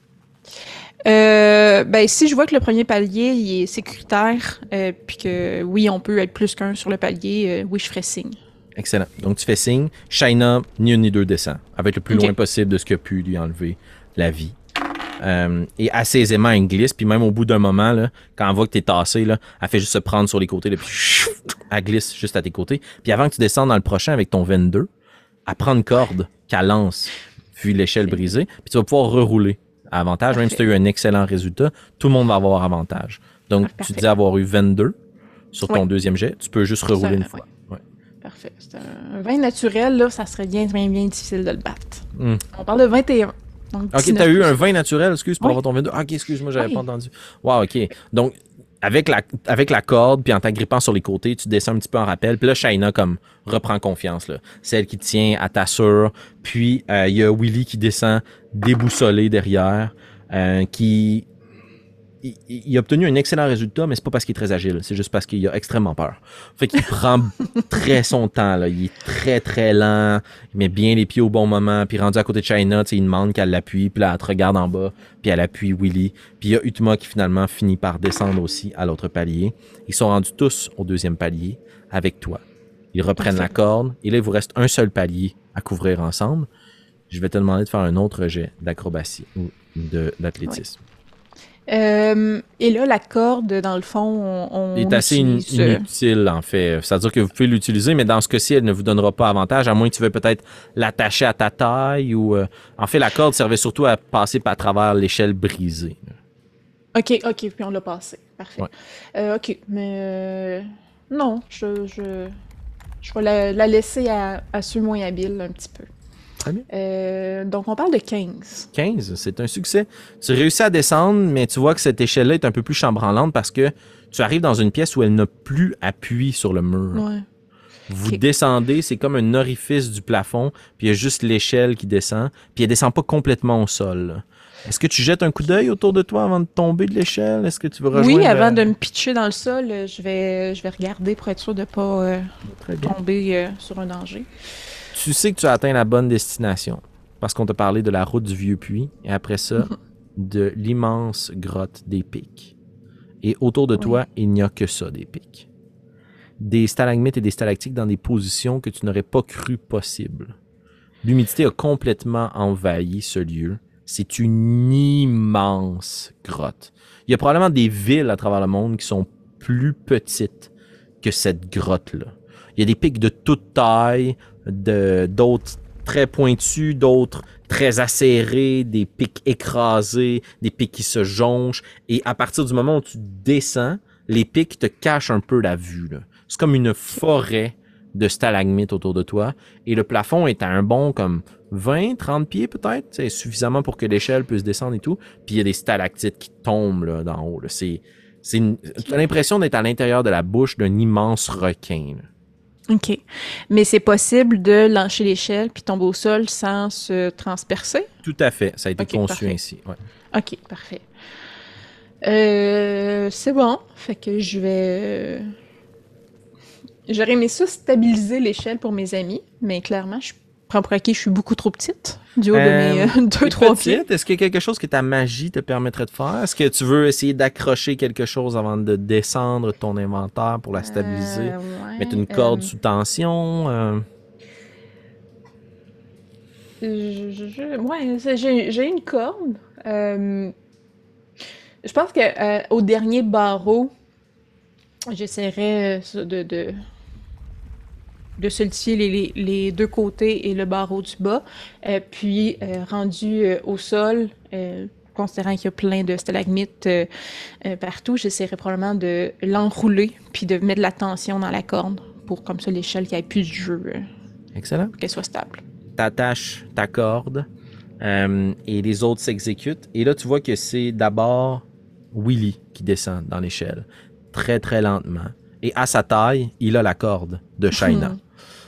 Euh, ben, si je vois que le premier palier il est sécuritaire, euh, puis que oui, on peut être plus qu'un sur le palier, euh, oui, je ferai signe. Excellent. Donc, tu fais signe. Shaina, ni une ni deux descend. Elle va être le plus okay. loin possible de ce qui a pu lui enlever la vie. Euh, et assez aisément, elle glisse. Puis même au bout d'un moment, là, quand elle voit que t'es tassé, là, elle fait juste se prendre sur les côtés. Là, puis elle glisse juste à tes côtés. Puis avant que tu descendes dans le prochain avec ton vingt-deux, elle prend une corde qu'elle lance, vu l'échelle brisée. Puis tu vas pouvoir rerouler à avantage. Parfait. Même si tu as eu un excellent résultat, tout le monde va avoir avantage. Donc, ah, tu dis avoir eu vingt-deux sur ton oui. deuxième jet. Tu peux juste rerouler une fois. Oui. Ouais. Parfait. C'est un vingt naturel, là, ça serait bien, bien, bien difficile de le battre. Mm. On parle de vingt et un. Donc, ok, t'as eu un vingt naturel, excuse, pour oui. avoir ton vingt-deux. Ah, ok, excuse-moi, j'avais oui. pas entendu. Wow, ok. Donc, avec la, avec la corde, puis en t'agrippant sur les côtés, tu descends un petit peu en rappel. Puis là, Shaina, comme, reprend confiance, là. Celle qui tient à ta sœur. Puis, il euh, y a Willy qui descend déboussolé derrière, euh, qui... Il, il a obtenu un excellent résultat, mais c'est pas parce qu'il est très agile, c'est juste parce qu'il a extrêmement peur. Fait qu'il prend très son temps, là. Il est très, très lent, il met bien les pieds au bon moment, puis rendu à côté de Shaina, il demande qu'elle l'appuie, puis là, elle te regarde en bas, puis elle appuie Willy. Puis il y a Outma qui finalement finit par descendre aussi à l'autre palier. Ils sont rendus tous au deuxième palier avec toi. Ils reprennent Parfait. La corde, et là, il vous reste un seul palier à couvrir ensemble. Je vais te demander de faire un autre jet d'acrobatie ou de, d'athlétisme. Ouais. Euh, et là, la corde, dans le fond, on, on Il est assez utilise... inutile, en fait. C'est-à-dire que vous pouvez l'utiliser, mais dans ce cas-ci, elle ne vous donnera pas avantage, à moins que tu veuilles peut-être l'attacher à ta taille ou... Euh... En fait, la corde servait surtout à passer à travers l'échelle brisée. OK, OK, puis on l'a passé. Parfait. Ouais. Euh, OK, mais... Euh... non, je, je, je vais la, la laisser à, à ceux moins habiles un petit peu. Très bien. Euh, donc, on parle de quinze. quinze, c'est un succès. Tu réussis à descendre, mais tu vois que cette échelle-là est un peu plus chambranlante parce que tu arrives dans une pièce où elle n'a plus appui sur le mur. Ouais. Vous Ok. descendez, c'est comme un orifice du plafond, puis il y a juste l'échelle qui descend, puis elle descend pas complètement au sol. là. Est-ce que tu jettes un coup d'œil autour de toi avant de tomber de l'échelle? Est-ce que tu veux rejoindre... Oui, avant euh, de me pitcher dans le sol, euh, je vais, je vais regarder pour être sûr de ne pas euh, Très bien. tomber euh, sur un danger. Tu sais que tu as atteint la bonne destination, parce qu'on t'a parlé de la route du vieux puits, et après ça, de l'immense grotte des pics. Et autour de Oui. toi, il n'y a que ça, des pics. Des stalagmites et des stalactites dans des positions que tu n'aurais pas cru possibles. L'humidité a complètement envahi ce lieu. C'est une immense grotte. Il y a probablement des villes à travers le monde qui sont plus petites que cette grotte-là. Il y a des pics de toute taille, de, d'autres très pointus, d'autres très acérés, des pics écrasés, des pics qui se jonchent. Et à partir du moment où tu descends, les pics te cachent un peu la vue. là. C'est comme une forêt de stalagmites autour de toi. Et le plafond est à un bon comme vingt, trente pieds peut-être. C'est suffisamment pour que l'échelle puisse descendre et tout. Puis il y a des stalactites qui tombent là, d'en haut. Là. C'est, c'est une... Tu as l'impression d'être à l'intérieur de la bouche d'un immense requin. là. OK. Mais c'est possible de lâcher l'échelle puis tomber au sol sans se transpercer? Tout à fait. Ça a été Ok, conçu parfait. ainsi. Ouais. OK, parfait. Euh, c'est bon. Fait que je vais... euh, J'aurais aimé ça stabiliser l'échelle pour mes amis, mais clairement, je prends pour acquis que je suis beaucoup trop petite, du haut de mes Euh, deux T'es trois petite. pieds. Est-ce qu'il y a quelque chose que ta magie te permettrait de faire? Est-ce que tu veux essayer d'accrocher quelque chose avant de descendre ton inventaire pour la stabiliser? Euh, ouais, Mettre une corde euh, sous tension? euh, je- je- je- ouais, c'est- j'ai j'ai une corde. Euh, je pense que euh, au dernier barreau, j'essaierais euh, de, de, de solidifier les, les, les deux côtés et le barreau du bas. Euh, puis, euh, rendu euh, au sol, euh, considérant qu'il y a plein de stalagmites euh, euh, partout, j'essaierais probablement de l'enrouler puis de mettre de la tension dans la corde pour comme ça l'échelle qui ait plus de jeu, euh, Excellent. pour qu'elle soit stable. T'attaches ta corde euh, et les autres s'exécutent. Et là, tu vois que c'est d'abord Willy qui descend dans l'échelle, très très lentement. Et à sa taille, il a la corde de Shaina. Hmm.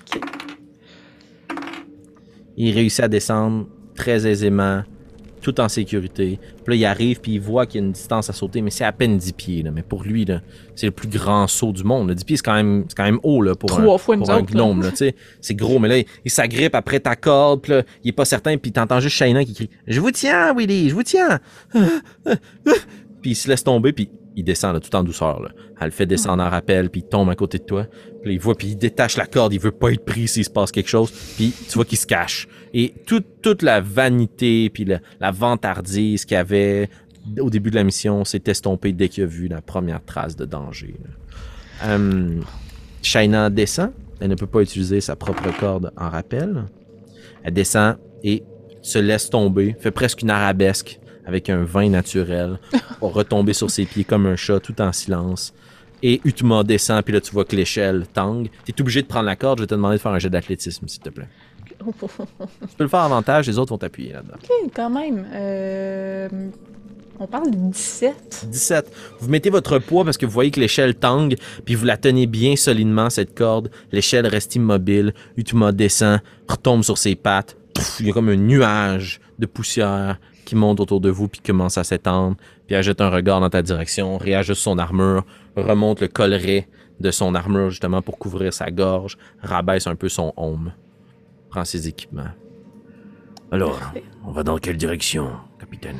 Il réussit à descendre très aisément, tout en sécurité. Puis là, il arrive, puis il voit qu'il y a une distance à sauter, mais c'est à peine dix pieds. Là. Mais pour lui, là, c'est le plus grand saut du monde. Là. dix pieds, c'est quand même, c'est quand même haut là, pour Trois un, fois pour nous un autres, gnome. là. Là, tu sais. C'est gros, mais là, il, il s'agrippe après ta corde, puis là, il est pas certain, puis t'entends juste Shaina qui crie « Je vous tiens, Willy, je vous tiens! » Puis il se laisse tomber, puis il descend là, tout en douceur. Là. Elle le fait descendre en rappel, puis il tombe à côté de toi. Puis là, il voit, puis il détache la corde, il veut pas être pris s'il se passe quelque chose. Puis tu vois qu'il se cache. Et toute, toute la vanité, puis la, la vantardise qu'il y avait au début de la mission s'est estompée dès qu'il a vu la première trace de danger. là. Hum, Shaina descend. Elle ne peut pas utiliser sa propre corde en rappel. Elle descend et se laisse tomber, fait presque une arabesque avec un vin naturel pour retomber sur ses pieds comme un chat tout en silence. Et Utma descend, puis là tu vois que l'échelle tangue. Tu es obligé de prendre la corde, je vais te demander de faire un jet d'athlétisme, s'il te plaît. Tu peux le faire avantage, les autres vont t'appuyer là-dedans. Ok, quand même. Euh, On parle de dix-sept. dix-sept. Vous mettez votre poids parce que vous voyez que l'échelle tangue, puis vous la tenez bien solidement, cette corde. L'échelle reste immobile. Utma descend, retombe sur ses pattes. Pouf, il y a comme un nuage de poussière qui monte autour de vous puis commence à s'étendre. Puis elle jette un regard dans ta direction, réajuste son armure, remonte le collet de son armure justement pour couvrir sa gorge, rabaisse un peu son aume, prend ses équipements. Alors, Parfait. on va dans quelle direction, capitaine?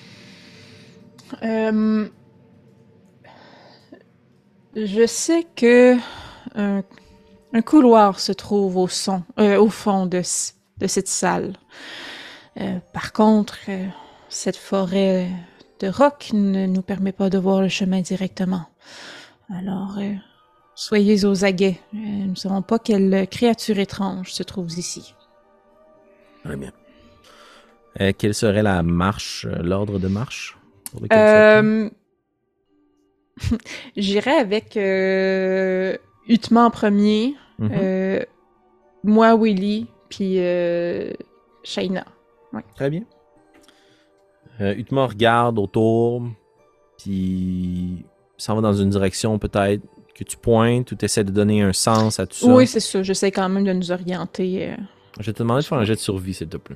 Euh, Je sais que un, un couloir se trouve au, son, euh, au fond de, c- de cette salle. Euh, par contre, euh, cette forêt de roc ne nous permet pas de voir le chemin directement. Alors, euh, soyez aux aguets. Euh, nous ne savons pas quelle créature étrange se trouve ici. Très bien. Euh, quelle serait la marche, euh, l'ordre de marche? pour lequel tu attends? Euh... J'irais avec euh, Utma en premier, Mhm. euh, moi, Willy, puis euh, Shayna. Ouais. Très bien. Euh, Utma regarde autour, puis s'en va dans une direction peut-être que tu pointes ou tu essaies de donner un sens à tout ça. Oui, c'est ça. J'essaie quand même de nous orienter. euh, Je vais te demander de faire un jet de survie, s'il te plaît.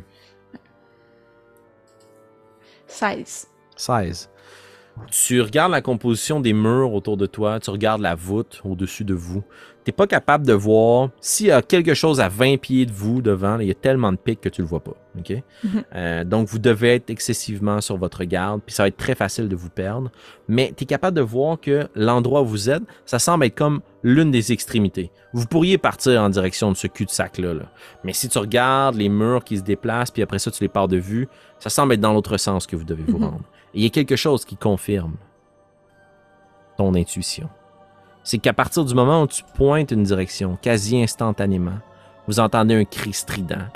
seize. seize. Tu regardes la composition des murs autour de toi, tu regardes la voûte au-dessus de vous. Tu n'es pas capable de voir s'il y a quelque chose à vingt pieds de vous devant. Là, il y a tellement de pics que tu le vois pas. Okay? Mhm. Euh, donc, vous devez être excessivement sur votre garde, puis ça va être très facile de vous perdre. Mais tu es capable de voir que l'endroit où vous êtes, ça semble être comme l'une des extrémités. Vous pourriez partir en direction de ce cul-de-sac-là. Là. Mais si tu regardes les murs qui se déplacent, puis après ça, tu les pars de vue, ça semble être dans l'autre sens que vous devez vous Mhm. rendre. Et il y a quelque chose qui confirme ton intuition. C'est qu'à partir du moment où tu pointes une direction, quasi instantanément, vous entendez un cri strident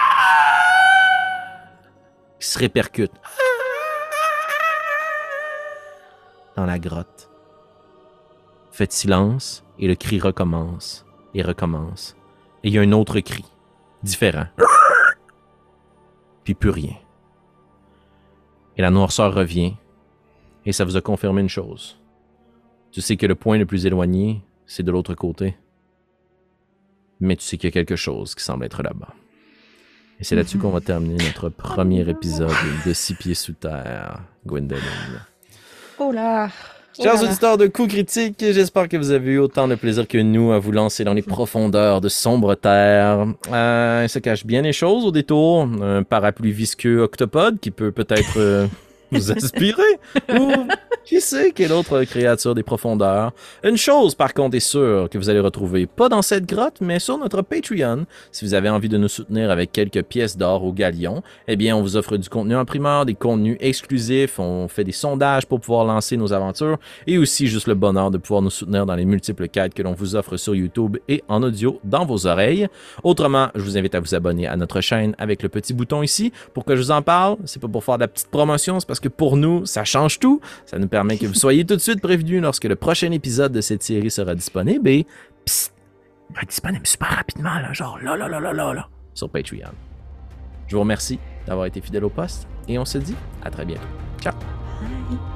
qui se répercute dans la grotte. Faites silence et le cri recommence et recommence. Et il y a un autre cri, différent. Puis plus rien. Et la noirceur revient et ça vous a confirmé une chose. Tu sais que le point le plus éloigné, c'est de l'autre côté. Mais tu sais qu'il y a quelque chose qui semble être là-bas. Et c'est là-dessus qu'on va terminer notre premier épisode de Six Pieds Sous Terre, Gwendoline. Oh là! Oh Chers là là. auditeurs de Coups Critiques, j'espère que vous avez eu autant de plaisir que nous à vous lancer dans les profondeurs de Sombre Terre. Euh, il se cache bien les choses au détour. Un parapluie visqueux octopode qui peut peut-être euh, vous inspirer. Ou qui sait quelle autre créature des profondeurs. Une chose par contre est sûre que vous allez retrouver, pas dans cette grotte, mais sur notre Patreon. Si vous avez envie de nous soutenir avec quelques pièces d'or au galion, eh bien on vous offre du contenu en primeur, des contenus exclusifs, on fait des sondages pour pouvoir lancer nos aventures et aussi juste le bonheur de pouvoir nous soutenir dans les multiples quêtes que l'on vous offre sur YouTube et en audio dans vos oreilles. Autrement, je vous invite à vous abonner à notre chaîne avec le petit bouton ici. Pourquoi je vous en parle? C'est pas pour faire de la petite promotion, c'est parce que pour nous, ça change tout. Ça nous permet que vous soyez tout de suite prévenus lorsque le prochain épisode de cette série sera disponible et psst, il va être disponible super rapidement, là, genre là, là, là, là, là, là, sur Patreon. Je vous remercie d'avoir été fidèle au poste et on se dit à très bientôt. Ciao! Bye.